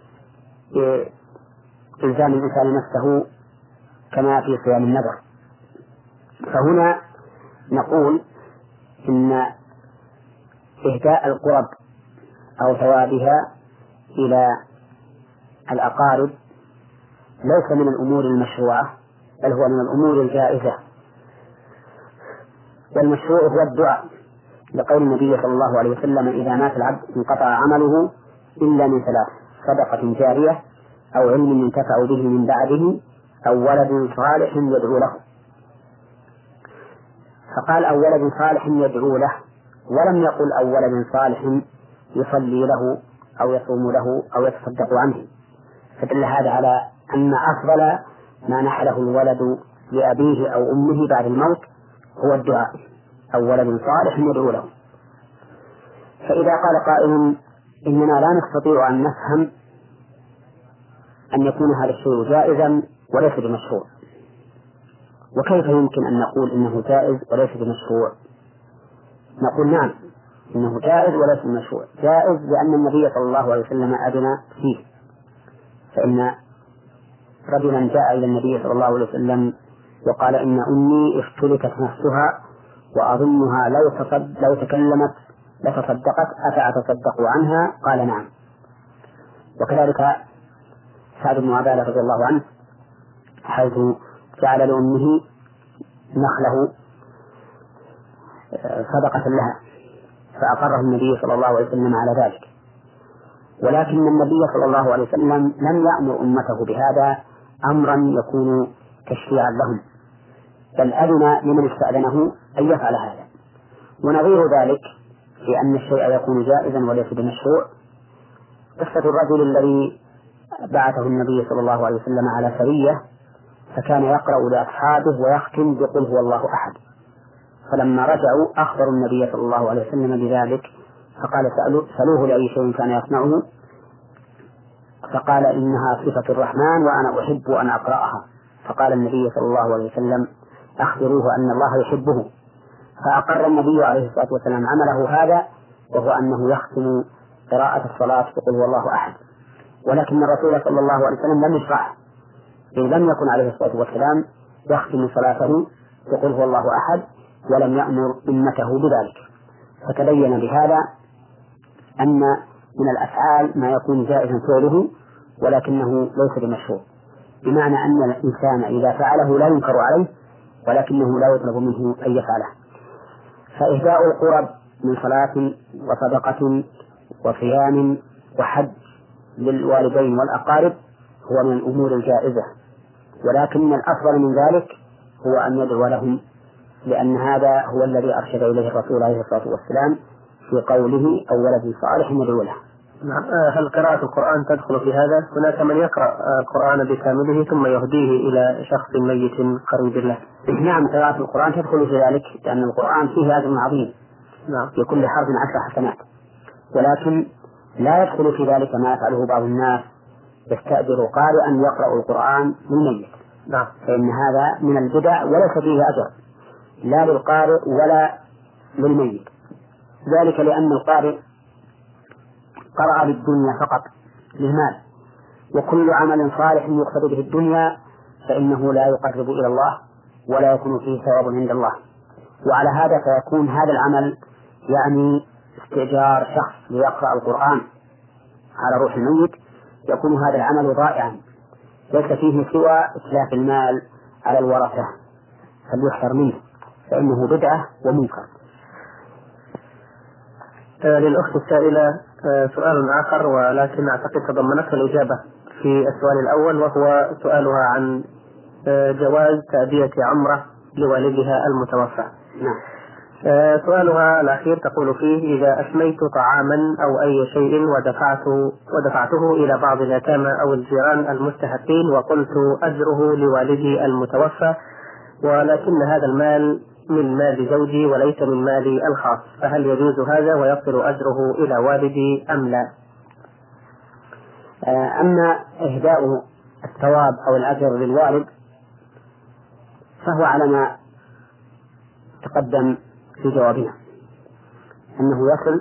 إلزام الإنسان نفسه كما في صيام النذر. فهنا نقول إن إهداء القرب أو ثوابها إلى الأقارب ليس من الأمور المشروعة، بل هو من الأمور الجائزة. والمشروع هو الدعاء، لقول النبي صلى الله عليه وسلم: إذا مات العبد انقطع عمله إلا من ثلاث: صدقة جارية أو علم ينتفع به من بعده أو ولد صالح يدعو له. فقال: أو ولد صالح يدعو له، ولم يقل أو ولد صالح يصلي له أو يصوم له أو يتصدق عنه. فدل هذا على أن أفضل ما نحله الولد لأبيه أو أمه بعد الموت هو الدعاء: أو ولد صالح يدعو له. فإذا قال قائل: إننا لا نستطيع أن نفهم أن يكون هذا الشيء جائزا وليس بمشروع، وكيف يمكن أن نقول إنه جائز وليس بمشروع؟ نقول نعم إنه جائز وليس بمشروع. جائز لأن النبي صلى الله عليه وسلم أذن فيه، فإن رجلا جاء إلى النبي صلى الله عليه وسلم وقال إن أمي افتلتت نفسها وأظنها لو, تصد لو تكلمت لتصدقت أفأتصدق عنها؟ قال نعم. وكذلك سعد بن عبادة رضي الله عنه حيث جعل لأمه نخله صدقة لها فأقره النبي صلى الله عليه وسلم على ذلك. ولكن النبي صلى الله عليه وسلم لم يأمر أمته بهذا أمرا يكون تشريعا لهم، بل أذن لمن استأذنه أن يفعل هذا. ونظير ذلك في أن الشيء يكون جائزا وليس بمشروع قصة الرجل الذي بعثه النبي صلى الله عليه وسلم على سرية فكان يقرأ لأصحابه ويختم بقل هو الله أحد، فلما رجعوا أخبروا النبي صلى الله عليه وسلم بذلك فقال سألوه لأي شيء كان يصنعه، فقال إنها صفة الرحمن وأنا أحب أن أقرأها، فقال النبي صلى الله عليه وسلم أخبروه أن الله يحبه، فأقر النبي عليه الصلاة والسلام عمله هذا، وهو أنه يختم قراءة الصلاة بقل هو الله أحد. ولكن الرسول صلى الله عليه وسلم لم يشرعه، إذ لم يكن عليه الصلاة والسلام يختم صلاته بقل هو الله أحد ولم يأمر أمته بذلك. فتبين بهذا أن من الأفعال ما يكون جائزا فعله ولكنه ليس بمشروع، بمعنى أن الإنسان إذا فعله لا ينكر عليه ولكنه لا يطلب منه أن يفعله. فإهداء القرب من صلاة وصدقة وصيام وحج للوالدين والأقارب هو من الأمور الجائزة، ولكن الأفضل من ذلك هو أن يدعو لهم، لأن هذا هو الذي أرشد إليه الرسول عليه الصلاة والسلام في قوله أو ولد صالح يدعو له. هل قراءة القرآن تدخل في هذا؟ هناك من يقرأ القرآن بكامله ثم يهديه إلى شخص ميت قريب له. نعم، قراءة القرآن تدخل في ذلك، لأن القرآن فيه أجر عظيم. نعم. في كل حرف عشر حسنات، ولكن لا يدخل في ذلك ما يفعله بعض الناس يستأجر قارئا يقرأ القرآن للميت. نعم. فإن هذا من البدع وليس فيه أجر لا للقارئ ولا للميت، ذلك لأن القارئ قرأ للدنيا فقط للمال، وكل عمل صالح يقصد به الدنيا فإنه لا يقرب إلى الله ولا يكون فيه ثواب عند الله. وعلى هذا فيكون هذا العمل يعني استئجار شخص ليقرأ القرآن على روح الميت، يكون هذا العمل ضائعا ليس فيه سوى إتلاف المال على الورثة، فليحذر منه فإنه بدعة ومنكر. آه للأخت السائلة آه سؤال آخر، ولكن أعتقد تضمنته الإجابة في السؤال الأول، وهو سؤالها عن آه جواز تأدية عمرة لوالدها المتوفى. نعم. آه سؤالها الأخير تقول فيه: إذا أسميت طعاما أو أي شيء ودفعته, ودفعته إلى بعض اليتامى أو الجيران المستحقين وقلت أجره لوالدي المتوفى، ولكن هذا المال من مال زوجي وليس من مالي الخاص، فهل يجوز هذا ويصل أجره إلى والدي أم لا؟ أما إهداء الثواب أو الأجر للوالد فهو على ما تقدم في جوابنا أنه يصل،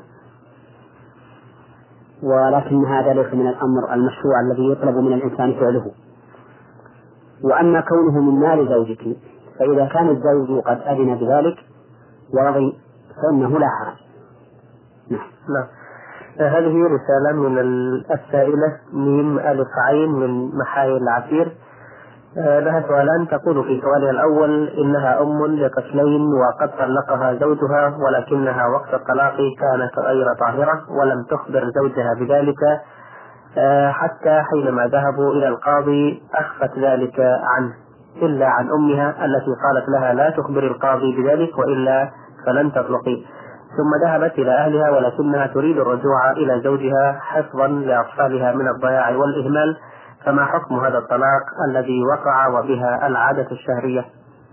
ولكن هذا ليس من الأمر المشروع الذي يطلب من الإنسان فعله. وأما كونه من مال زوجك فإذا كان الزوج قد أذن بذلك ورضي فإنه لا حرج. نعم. نعم. هذه رسالة من السائلة ميم ألف عين من محايل العسير، لها سؤالان. تقول في سؤالها الأول: إنها أم لطفلين وقد طلقها زوجها، ولكنها وقت الطلاق كانت غير طاهرة ولم تخبر زوجها بذلك حتى حينما ذهبوا إلى القاضي أخفت ذلك عنه إلا عن أمها التي قالت لها لا تخبر القاضي بذلك وإلا فلن تطلقي، ثم ذهبت إلى أهلها ولكنها تريد الرجوع إلى زوجها حفظا لأطفالها من الضياع والإهمال، فما حكم هذا الطلاق الذي وقع وبها العادة الشهرية؟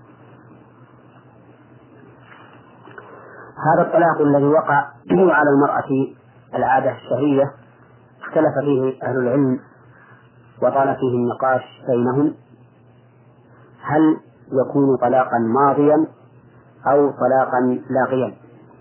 هذا الطلاق الذي وقع على المرأة العادة الشهرية اختلف فيه أهل العلم وطال فيه النقاش بينهم، هل يكون طلاقا ماضيا أو طلاقا لاغيا.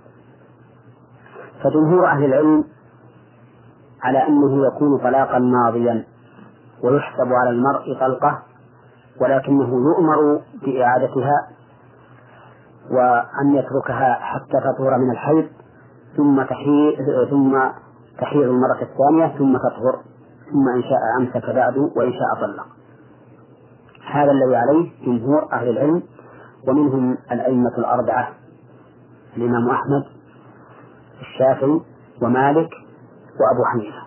فجمهور أهل العلم على أنه يكون طلاقا ماضيا ويحسب على المرء طلقة، ولكنه يؤمر بإعادتها وأن يتركها حتى تطهر من الحيض ثم تحيض ثم تحيض المرة الثانية ثم تطهر، ثم إن شاء أمسك بعد وإن شاء طلق. هذا الذي عليه جمهور أهل العلم، ومنهم الأئمة الأربعة الإمام أحمد الشافعي ومالك وأبو حنيفة.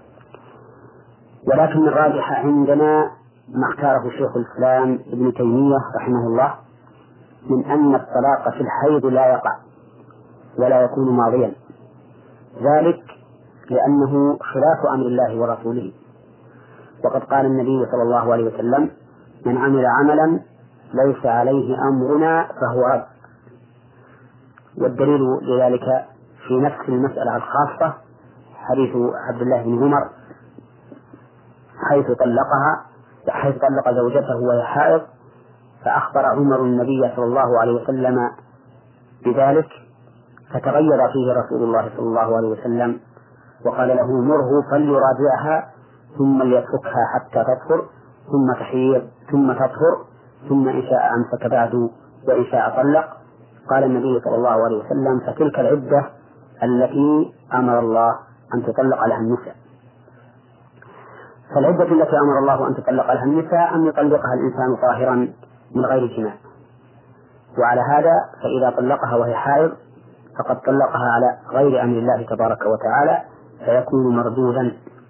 ولكن الراجح عندنا ما اختاره شيخ الإسلام ابن تيمية رحمه الله من أن الطلاق في الحيض لا يقع ولا يكون ماضيا، ذلك لأنه خلاف أمر الله ورسوله. وقد قال النبي صلى الله عليه وسلم: من عمل عملا ليس عليه أمرنا فهو رد. والدليل لذلك في نفس المسألة الخاصة حديث عبد الله بن عمر حيث طلقها حيث طلق زوجته وهي حائض، فأخبر عمر النبي صلى الله عليه وسلم بذلك، فتغير فيه رسول الله صلى الله عليه وسلم وقال له: مره فليراجعها ثم ليتركها حتى تطهر ثم تحيض ثم تطهر ثم إن شاء أمسك بعد وإن شاء طلق. قال النبي صلى الله عليه وسلم: فتلك العدة التي أمر الله أن تطلق لها النساء. فالعدة التي أمر الله أن تطلق لها النساء أن يطلقها الإنسان طاهرا من غير جماع، وعلى هذا فإذا طلقها وهي حائض فقد طلقها على غير أمر الله تبارك وتعالى فيكون مردودا.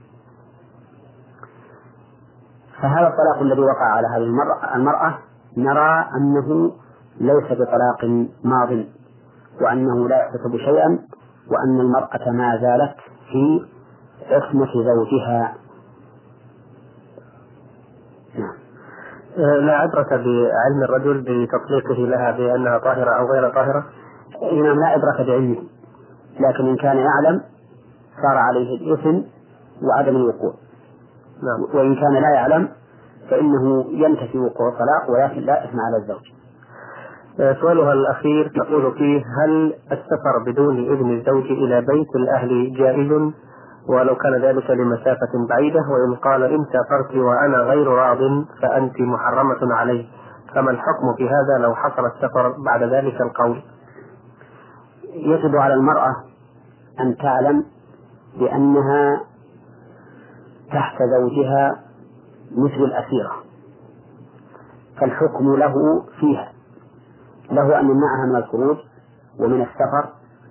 فهذا الطلاق الذي وقع على هذه المرأة نرى أنه ليس بطلاق ماض، وأنه لا يحتسب شيئا، وأن المرأة ما زالت في عصمة زوجها. لا عبرة بعلم الرجل بتطليقه لها بأنها طاهرة أو غير طاهرة؟ نعم، لا عبرة بعلمه، لكن إن كان يعلم صار عليه الإثم وعدم الوقوع. نعم. وإن كان لا يعلم فإنه ينتفي وقوع الطلاق ولكن لا إثم على الزوج. سؤالها الأخير تقول فيه: هل السفر بدون إذن الزوج إلى بيت الأهل جائز ولو كان ذلك لمسافة بعيدة؟ وإن قال: إن سافرت وأنا غير راض فأنت محرمة علي، فما الحكم في هذا لو حصل السفر بعد ذلك القول؟ يجب على المرأة أن تعلم بأنها تحت زوجها مثل الأسيرة، فالحكم له فيها، له أن يمنعها من الخروج ومن السفر،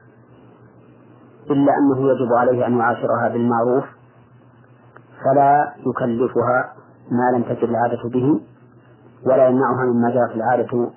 إلا أنه يجب عليه أن يعاشرها بالمعروف فلا يكلفها ما لم تجد العادة به، ولا يمنعها مما جاءت العادة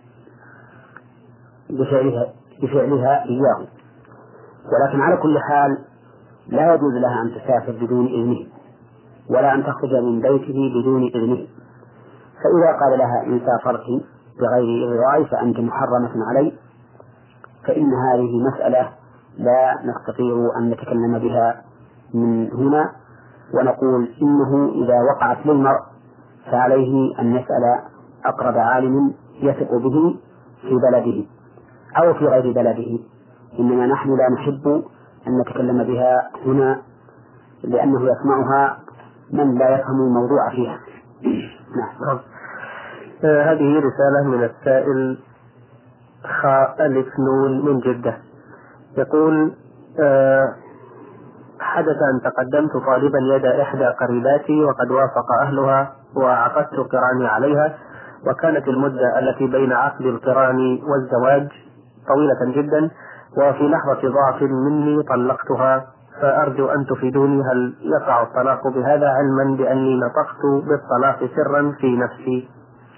بفعلها, بفعلها إياه. ولكن على كل حال لا يجوز لها أن تسافر بدون إذنه ولا أن تخرج من بيته بدون إذنه. فإذا قال لها: إن سافرت بغير إرضائي فأنت محرمة علي، فإن هذه مسألة لا نستطيع أن نتكلم بها من هنا، ونقول إنه إذا وقعت للمرء فعليه أن يسأل أقرب عالم يثق به في بلده أو في غير بلده، إنما نحن لا نحب أن نتكلم بها هنا لأنه يسمعها من لا يفهم الموضوع فيها. نعم. آه هذه رسالة من السائل خاء ألف نون من جدة، يقول: آه حدث أن تقدمت طالبا يد إحدى قريباتي وقد وافق أهلها وعقدت قراني عليها، وكانت المدة التي بين عقد القران والزواج طويلة جدا، وفي لحظة ضعف مني طلقتها، فأرجو أن تفيدوني هل يقع الطلاق بهذا، علما بأني نطقت بالطلاق سرا في نفسي؟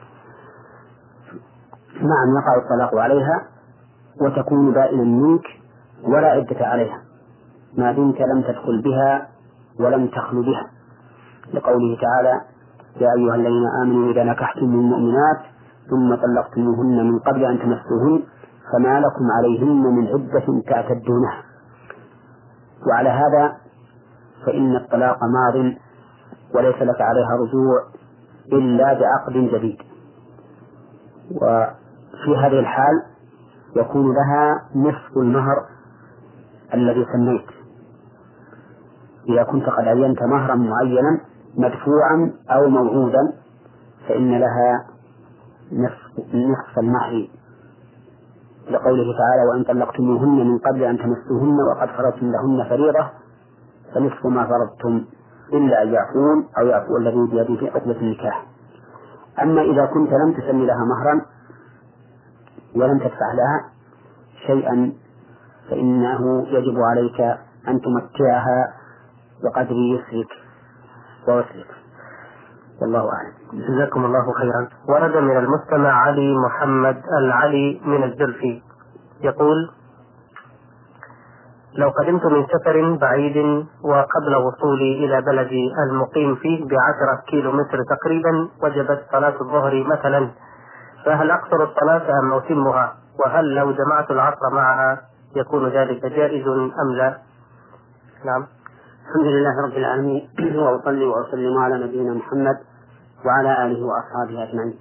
نعم، يقع الطلاق عليها وتكون بائنا منك ولا عدة عليها ما دمت لم تدخل بها ولم تخل بها، لقوله تعالى: يا أيها الذين آمنوا إذا نكحتم المؤمنات ثم طلقتموهن من قبل أن تمسوهن فما لكم عليهن من عدة تعتدونها. وعلى هذا فإن الطلاق ماض وليس لك عليها رجوع إلا بعقد جديد. وفي هذه الحال يكون لها نصف المهر الذي سميت. إذا كنت قد عينت مهرا معينا مدفوعا أو موعودا فإن لها نصف, نصف المهر، لقوله تعالى: وإن طلقتموهن من قبل أن تمسوهن وقد فرضتم لهن فريضة فنصف ما فرضتم إلا أن يعفون أو يعفو الذي بيده عقدة النكاح. أما إذا كنت لم تسمي لها مهرا ولم تدفع لها شيئا فإنه يجب عليك أن تمتعها بقدر يسرك ووسرك. والله أعلم. جزاكم الله خيرا. ورد من المستمع علي محمد العلي من الجرفي يقول: لو قدمت من سفر بعيد وقبل وصولي إلى بلدي المقيم فيه بعشرة كيلو متر تقريبا وجبت صلاة الظهر مثلا، فهل أقصر الصلاة أم أتمها؟ وهل لو جمعت العصر معها يكون ذلك جائز أم لا؟ نعم. الحمد لله رب العالمين، وأصلي وأسلم على نبينا محمد وعلى آله وأصحابه أجمعين.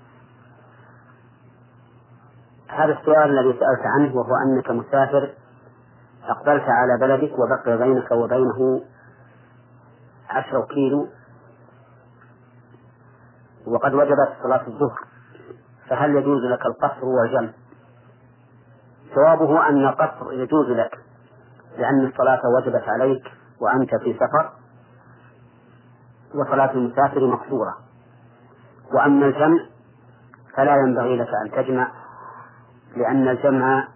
هذا السؤال الذي سألت عنه وهو أنك مسافر أقبلت على بلدك وبقي بينك وبينه عشرة كيلو وقد وجبت صلاة الظهر، فهل يجوز لك القصر والجمع؟ جوابه أن القصر يجوز لك لأن الصلاة وجبت عليك وأنت في سفر، وصلاة المسافر مقصورة. وأما الجمع فلا ينبغي لك أن تجمع، لأن الجمع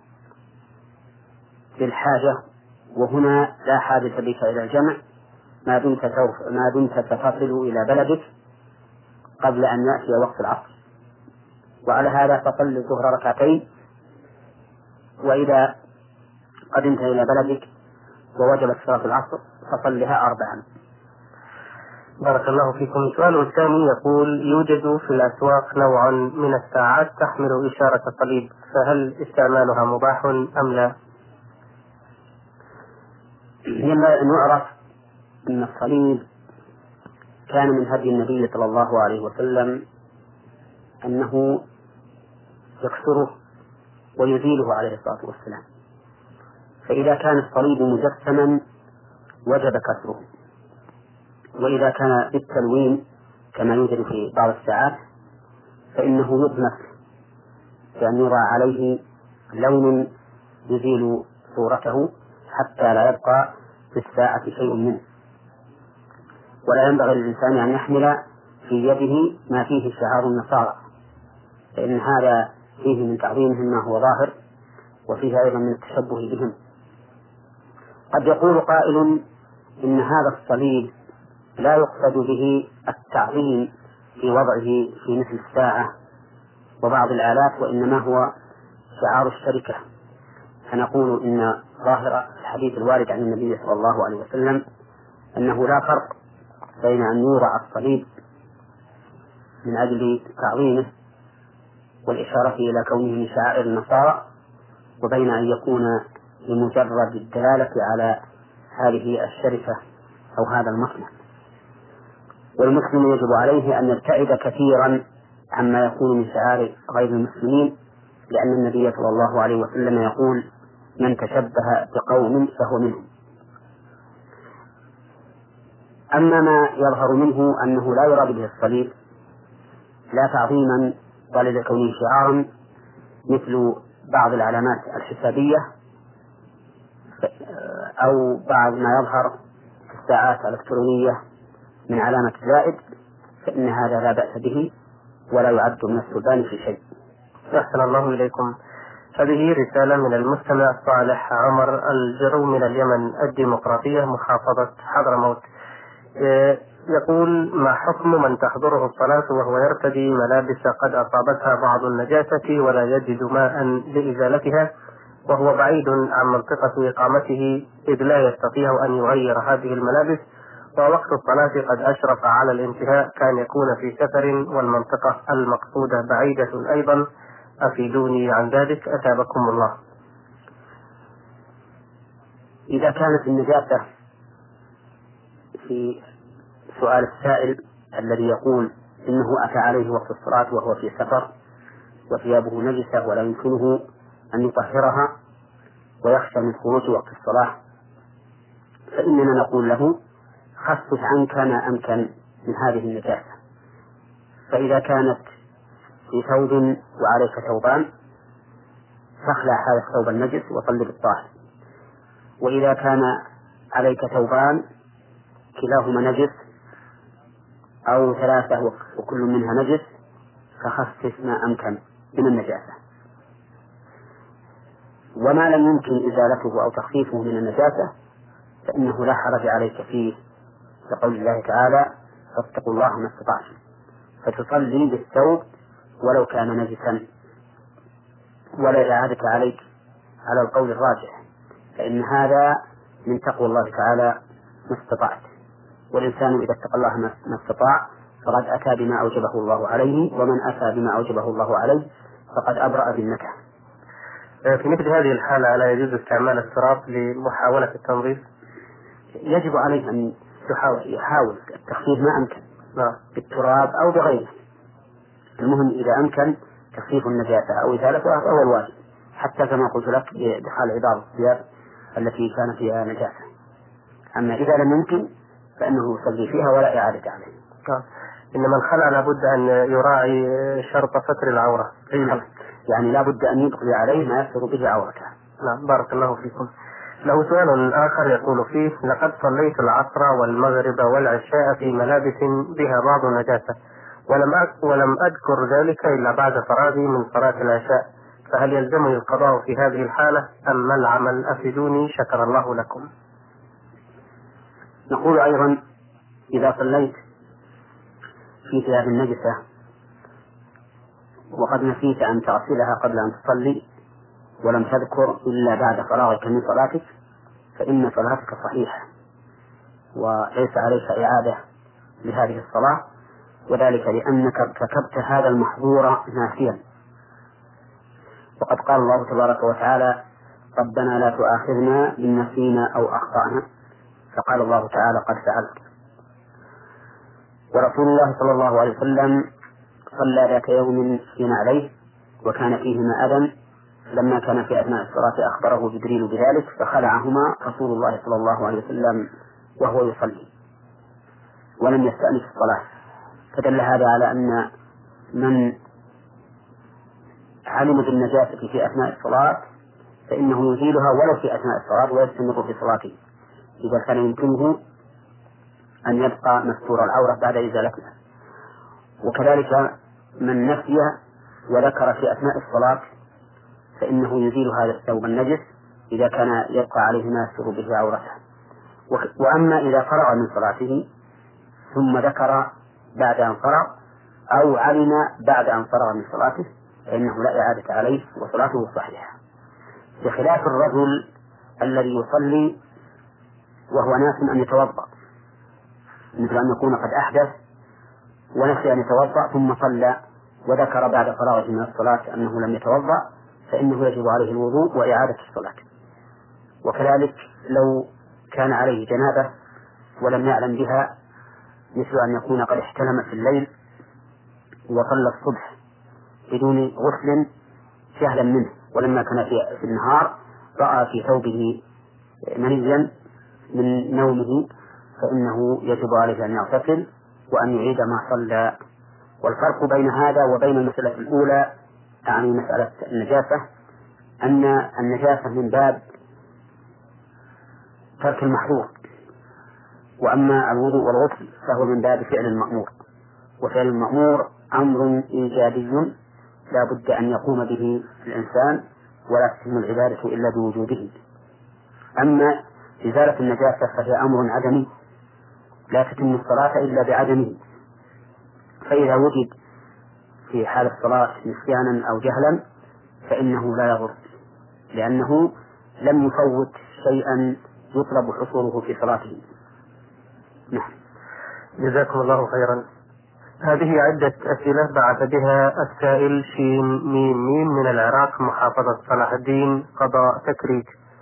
للحاجة، وهنا لا حاجة بك إلى الجمع ما دمت سوف ما دمت ستصل إلى بلدك قبل أن يأتي وقت العصر. وعلى هذا فصل الظهر ركعتين، وإذا قدمت إلى بلدك ووجبت صلاة العصر فصلها أربعا. بارك الله فيكم. السؤال الثاني يقول: يوجد في الأسواق نوع من الساعات تحمل إشارة الصليب، فهل استعمالها مباح أم لا؟ ينبغي أن يعرف أن الصليب كان من هدي النبي صلى الله عليه وسلم أنه يكسره ويزيله عليه الصلاة والسلام، فإذا كان الصليب مجسما وجب كسره، وإذا كان بالتلوين كما يوجد في بعض الساعات فإنه يطمس بأن يضع عليه لون يزيل صورته حتى لا يبقى في الساعة شيء منه. ولا ينبغي للإنسان أن يحمل في يده ما فيه شعار النصارى، فإن هذا فيه من تعظيمهم ما هو ظاهر، وفيه أيضا من التشبه بهم. قد يقول قائل إن هذا الصليب لا يقصد به التعظيم في وضعه في مثل الساعة وبعض الآلات، وإنما هو شعار الشركة. فنقول إن ظاهر الحديث الوارد عن النبي صلى الله عليه وسلم أنه لا فرق بين أن يوضع الصليب من أجل تعظيمه والإشارة إلى كونه من شعائر النصارى وبين أن يكون لمجرد الدلالة على هذه الشركة أو هذا المصنع. والمسلم يجب عليه أن يبتعد كثيرا عما يكون من شعائر غير المسلمين، لأن النبي صلى الله عليه وسلم يقول: من تشبه بقوم فهو منهم. أما ما يظهر منه أنه لا يراد به الصليب لا تعظيما بل لكونه شعارا، مثل بعض العلامات الحسابية أو بعض ما يظهر في الساعات الإلكترونية من علامة زائد، فإن هذا لا بأس به ولا يعد من السلبان في شيء. أحسن الله إليكم. هذه رسالة من المستمع صالح عمر الجرو من اليمن الديمقراطية محافظة حضرموت. يقول: ما حكم من تحضره الصلاة وهو يرتدي ملابس قد أصابتها بعض النجاسة ولا يجد ماء لإزالتها وهو بعيد عن منطقة إقامته، إذ لا يستطيع أن يغير هذه الملابس، ووقت الصلاة قد أشرف على الانتهاء كان يكون في سفر والمنطقة المقصودة بعيدة أيضا، أفيدوني عن ذلك أثابكم الله. إذا كانت النجاسة في سؤال السائل الذي يقول إنه أتى عليه وقت الصلاة وهو في سفر وثيابه نجسة ولا يمكنه أن يطهرها ويخشى من خروج وقت الصلاة، فإننا نقول له خفف عنك ما أمكن من هذه النجاسة. فإذا كانت في ثوب وعليك ثوبان فاخلع هذا الثوب النجس وصل بالطاهر، وإذا كان عليك ثوبان كلاهما نجس أو ثلاثة وكل منها نجس فخفف ما أمكن من النجاسة. وما لم يمكن إزالته أو تخفيفه من النجاسة فإنه لا حرج عليك فيه، لقول الله تعالى فاتقوا الله ما استطعتم، فتصلي بالثوب ولو كان نجسا ولا إعادة عليك على القول الراجح، فإن هذا من تقوى الله تعالى ما استطعت، والإنسان إذا اتقى الله ما استطاع فقد أتى بما أوجبه الله عليه، ومن أتى بما أوجبه الله عليه فقد أبرأ ذمته. في مثل هذه الحالة لا يجوز استعمال السراب لمحاولة التنظيف؟ يجب عليه أن يحاول, يحاول التخفيف ما أمكن لا. بالتراب أو بغيره، المهم إذا أمكن تخفيف النجاسة أو إزالتها فهو الواجب، حتى كما قلت لك بحال عبارة الثياب التي كان فيها نجاسة. أما إذا لم يمكن فإنه يصلي فيها ولا إعادة عليه. إنما الخلع لابد أن يراعي شرط ستر العورة، يعني لابد أن يبقي عليه ما يستر به عورته. نعم بارك الله فيكم. له سؤال آخر يقول فيه: لقد صليت العصر والمغرب والعشاء في ملابس بها بعض النجاسة ولم ولم أذكر ذلك إلا بعد فراغي من صلاة العشاء، فهل يلزمني القضاء في هذه الحالة أم ما العمل؟ أفيدوني شكر الله لكم. نقول أيضا إذا صليت في ثياب النجسة وقد نسيت أن تغسلها قبل أن تصلي ولم تذكر إلا بعد فراغك من صلاتك فإن صلاتك صحيحة وليس عليك إعادة لهذه الصلاة، وذلك لأنك ارتكبت هذا المحظور ناسيا. وقد قال الله تبارك وتعالى: ربنا لا تؤاخذنا إن نسينا أو أخطأنا، فقال الله تعالى: قد فعلت. ورسول الله صلى الله عليه وسلم صلى ذات يوم في نعليه وكان فيهما أذى، لما كان في أثناء الصلاة أخبره جبريل بذلك فخلعهما رسول الله صلى الله عليه وسلم وهو يصلي ولم يستأنف الصلاة، فدل هذا على أن من علم بالنجاسة في أثناء الصلاة فإنه يزيلها ولو في أثناء الصلاة ويستمر في صلاته إذا كان يمكنه أن يبقى مستور العورة بعد إزالتها. وكذلك من نسي وذكر في أثناء الصلاة فإنه يزيل هذا الثوب النجس إذا كان يبقى عليه ما يستر به عورته. وأما إذا فرغ من صلاته ثم ذكر بعد أن فرغ أو علم بعد أن فرغ من صلاته فإنه لا إعادة عليه وصلاته صحيحة، بخلاف الرجل الذي يصلي وهو ناس أن يتوضأ، مثل أن يكون قد أحدث ونسي أن يتوضأ ثم صلى وذكر بعد فراغه من الصلاة أنه لم يتوضأ فإنه يجب عليه الوضوء وإعادة الصلاة. وكذلك لو كان عليه جنابة ولم يعلم بها، مثل أن يكون قد احتلم في الليل وصلى الصبح بدون غسل جهلا منه، ولما كان في النهار رأى في ثوبه منيا من نومه فإنه يجب عليه أن يغتسل وأن يعيد ما صلى. والفرق بين هذا وبين المسألة الأولى يعني مسألة النجاسة أن النجاسة من باب ترك المحظور، وأما الوضوء والغسل فهو من باب فعل المأمور، وفعل المأمور أمر إيجابي لا بد أن يقوم به الإنسان ولا تتم العبادة إلا بوجوده. أما إزالة النجاسة فهي أمر عدمي لا تتم الصلاة إلا بعدمه، فإذا وجد في حال الصلاة نسيانا أو جهلا فإنه لا يضر لأنه لم يفوت شيئا يطلب حصوله في صلاته. نعم. جزاكم الله خيرا. هذه عدة أسئلة بعث بها السائل شين ميم ميم من العراق محافظة صلاح الدين قضاء تكريت.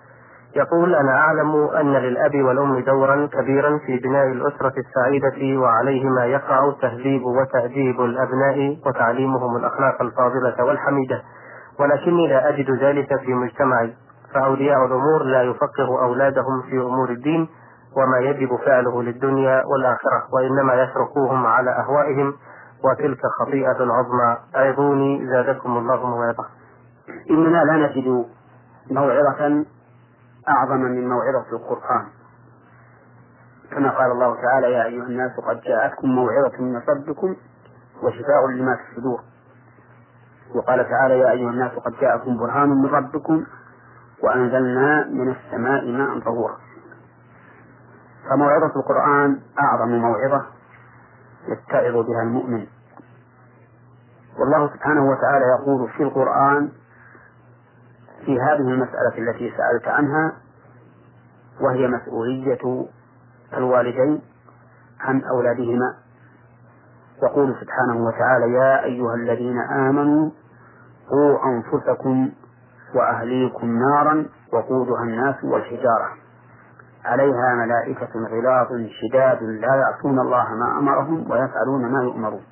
يقول: أنا أعلم أن للأب والأم دورا كبيرا في بناء الأسرة السعيدة، وعليهما يقع تهذيب وتأديب الأبناء وتعليمهم الأخلاق الفاضلة والحميدة، ولكني لا أجد ذلك في مجتمعي، فأولياء الأمور لا يفقه أولادهم في أمور الدين وما يجب فعله للدنيا والآخرة، وإنما يتركوهم على أهوائهم، وتلك خطيئة عظمى. أعظوني زادكم الله موعظة. إننا لا نجد موعظة أعظم من موعظة القرآن، كما قال الله تعالى: يا أيها الناس قد جاءتكم موعظة من ربكم وشفاء لما في الصدور. وقال تعالى: يا أيها الناس قد جاءكم برهان من ربكم وأنزلنا من السماء ماء طهورا. فموعظة القرآن أعظم موعظة يتعظ بها المؤمن. والله سبحانه وتعالى يقول في القرآن في هذه المسألة التي سألت عنها، وهي مسؤولية الوالدين عن أولادهما، يقول سبحانه وتعالى: يا أيها الذين آمنوا قوا أنفسكم وأهليكم نارا وقودها الناس والحجارة عليها ملائكة غلاظ شداد لا يعصون الله ما أمرهم ويفعلون ما يؤمرون.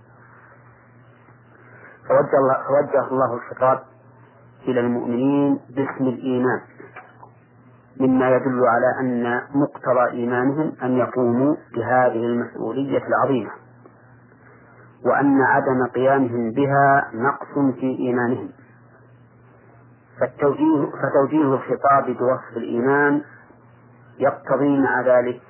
فوجه الله, فوجه الله الخطاب إلى المؤمنين باسم الإيمان، مما يدل على أن مقتضى إيمانهم أن يقوموا بهذه المسؤولية العظيمة، وأن عدم قيامهم بها نقص في إيمانهم. فالتوجيه فتوجيه الخطاب بوصف الإيمان يقتضي مع ذلك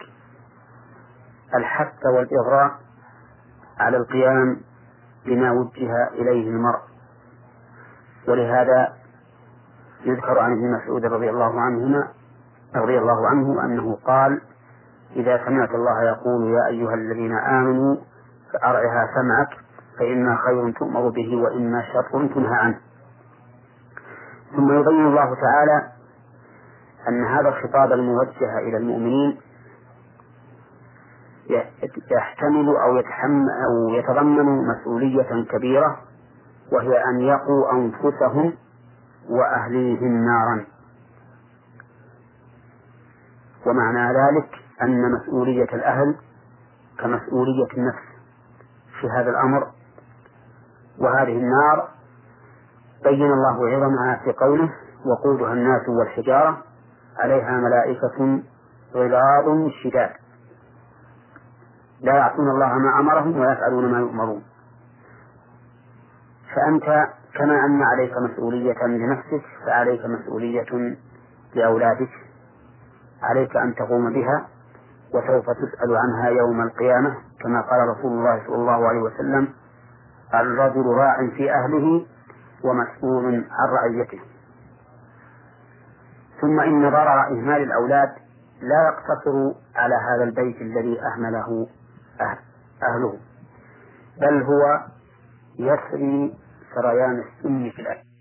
الحث والإغراء على القيام بما وجه إليه المرء. ولهذا يذكر عن ابن مسعود رضي الله عنهما رضي الله عنه أنه قال: إذا سمعت الله يقول يا أيها الذين آمنوا فأرعها سمعك فإما خير تؤمر به وإما شر تنهى عنه. ثم يبين الله تعالى أن هذا الخطاب الموجه إلى المؤمنين يحتمل أو يتحمل أو يتضمن مسؤولية كبيرة، وهي أن يقوا أنفسهم وأهليهم نارا. ومعنى ذلك أن مسؤولية الأهل كمسؤولية النفس في هذا الأمر. وهذه النار بين الله عظمها في قوله: وقودها الناس والحجارة عليها ملائكة غلاظ شداد لا يعصون الله ما أمرهم ويفعلون ما يؤمرون. فأنت كما أن عليك مسؤولية لنفسك فعليك مسؤولية لأولادك، عليك أن تقوم بها، وسوف تسأل عنها يوم القيامة، كما قال رسول الله صلى الله عليه وسلم: الرجل راع في أهله ومسؤول عن رعيته. ثم إن ضرر إهمال الأولاد لا يقتصر على هذا البيت الذي أهمله أهله، بل هو يسري سريان السم في الأهل.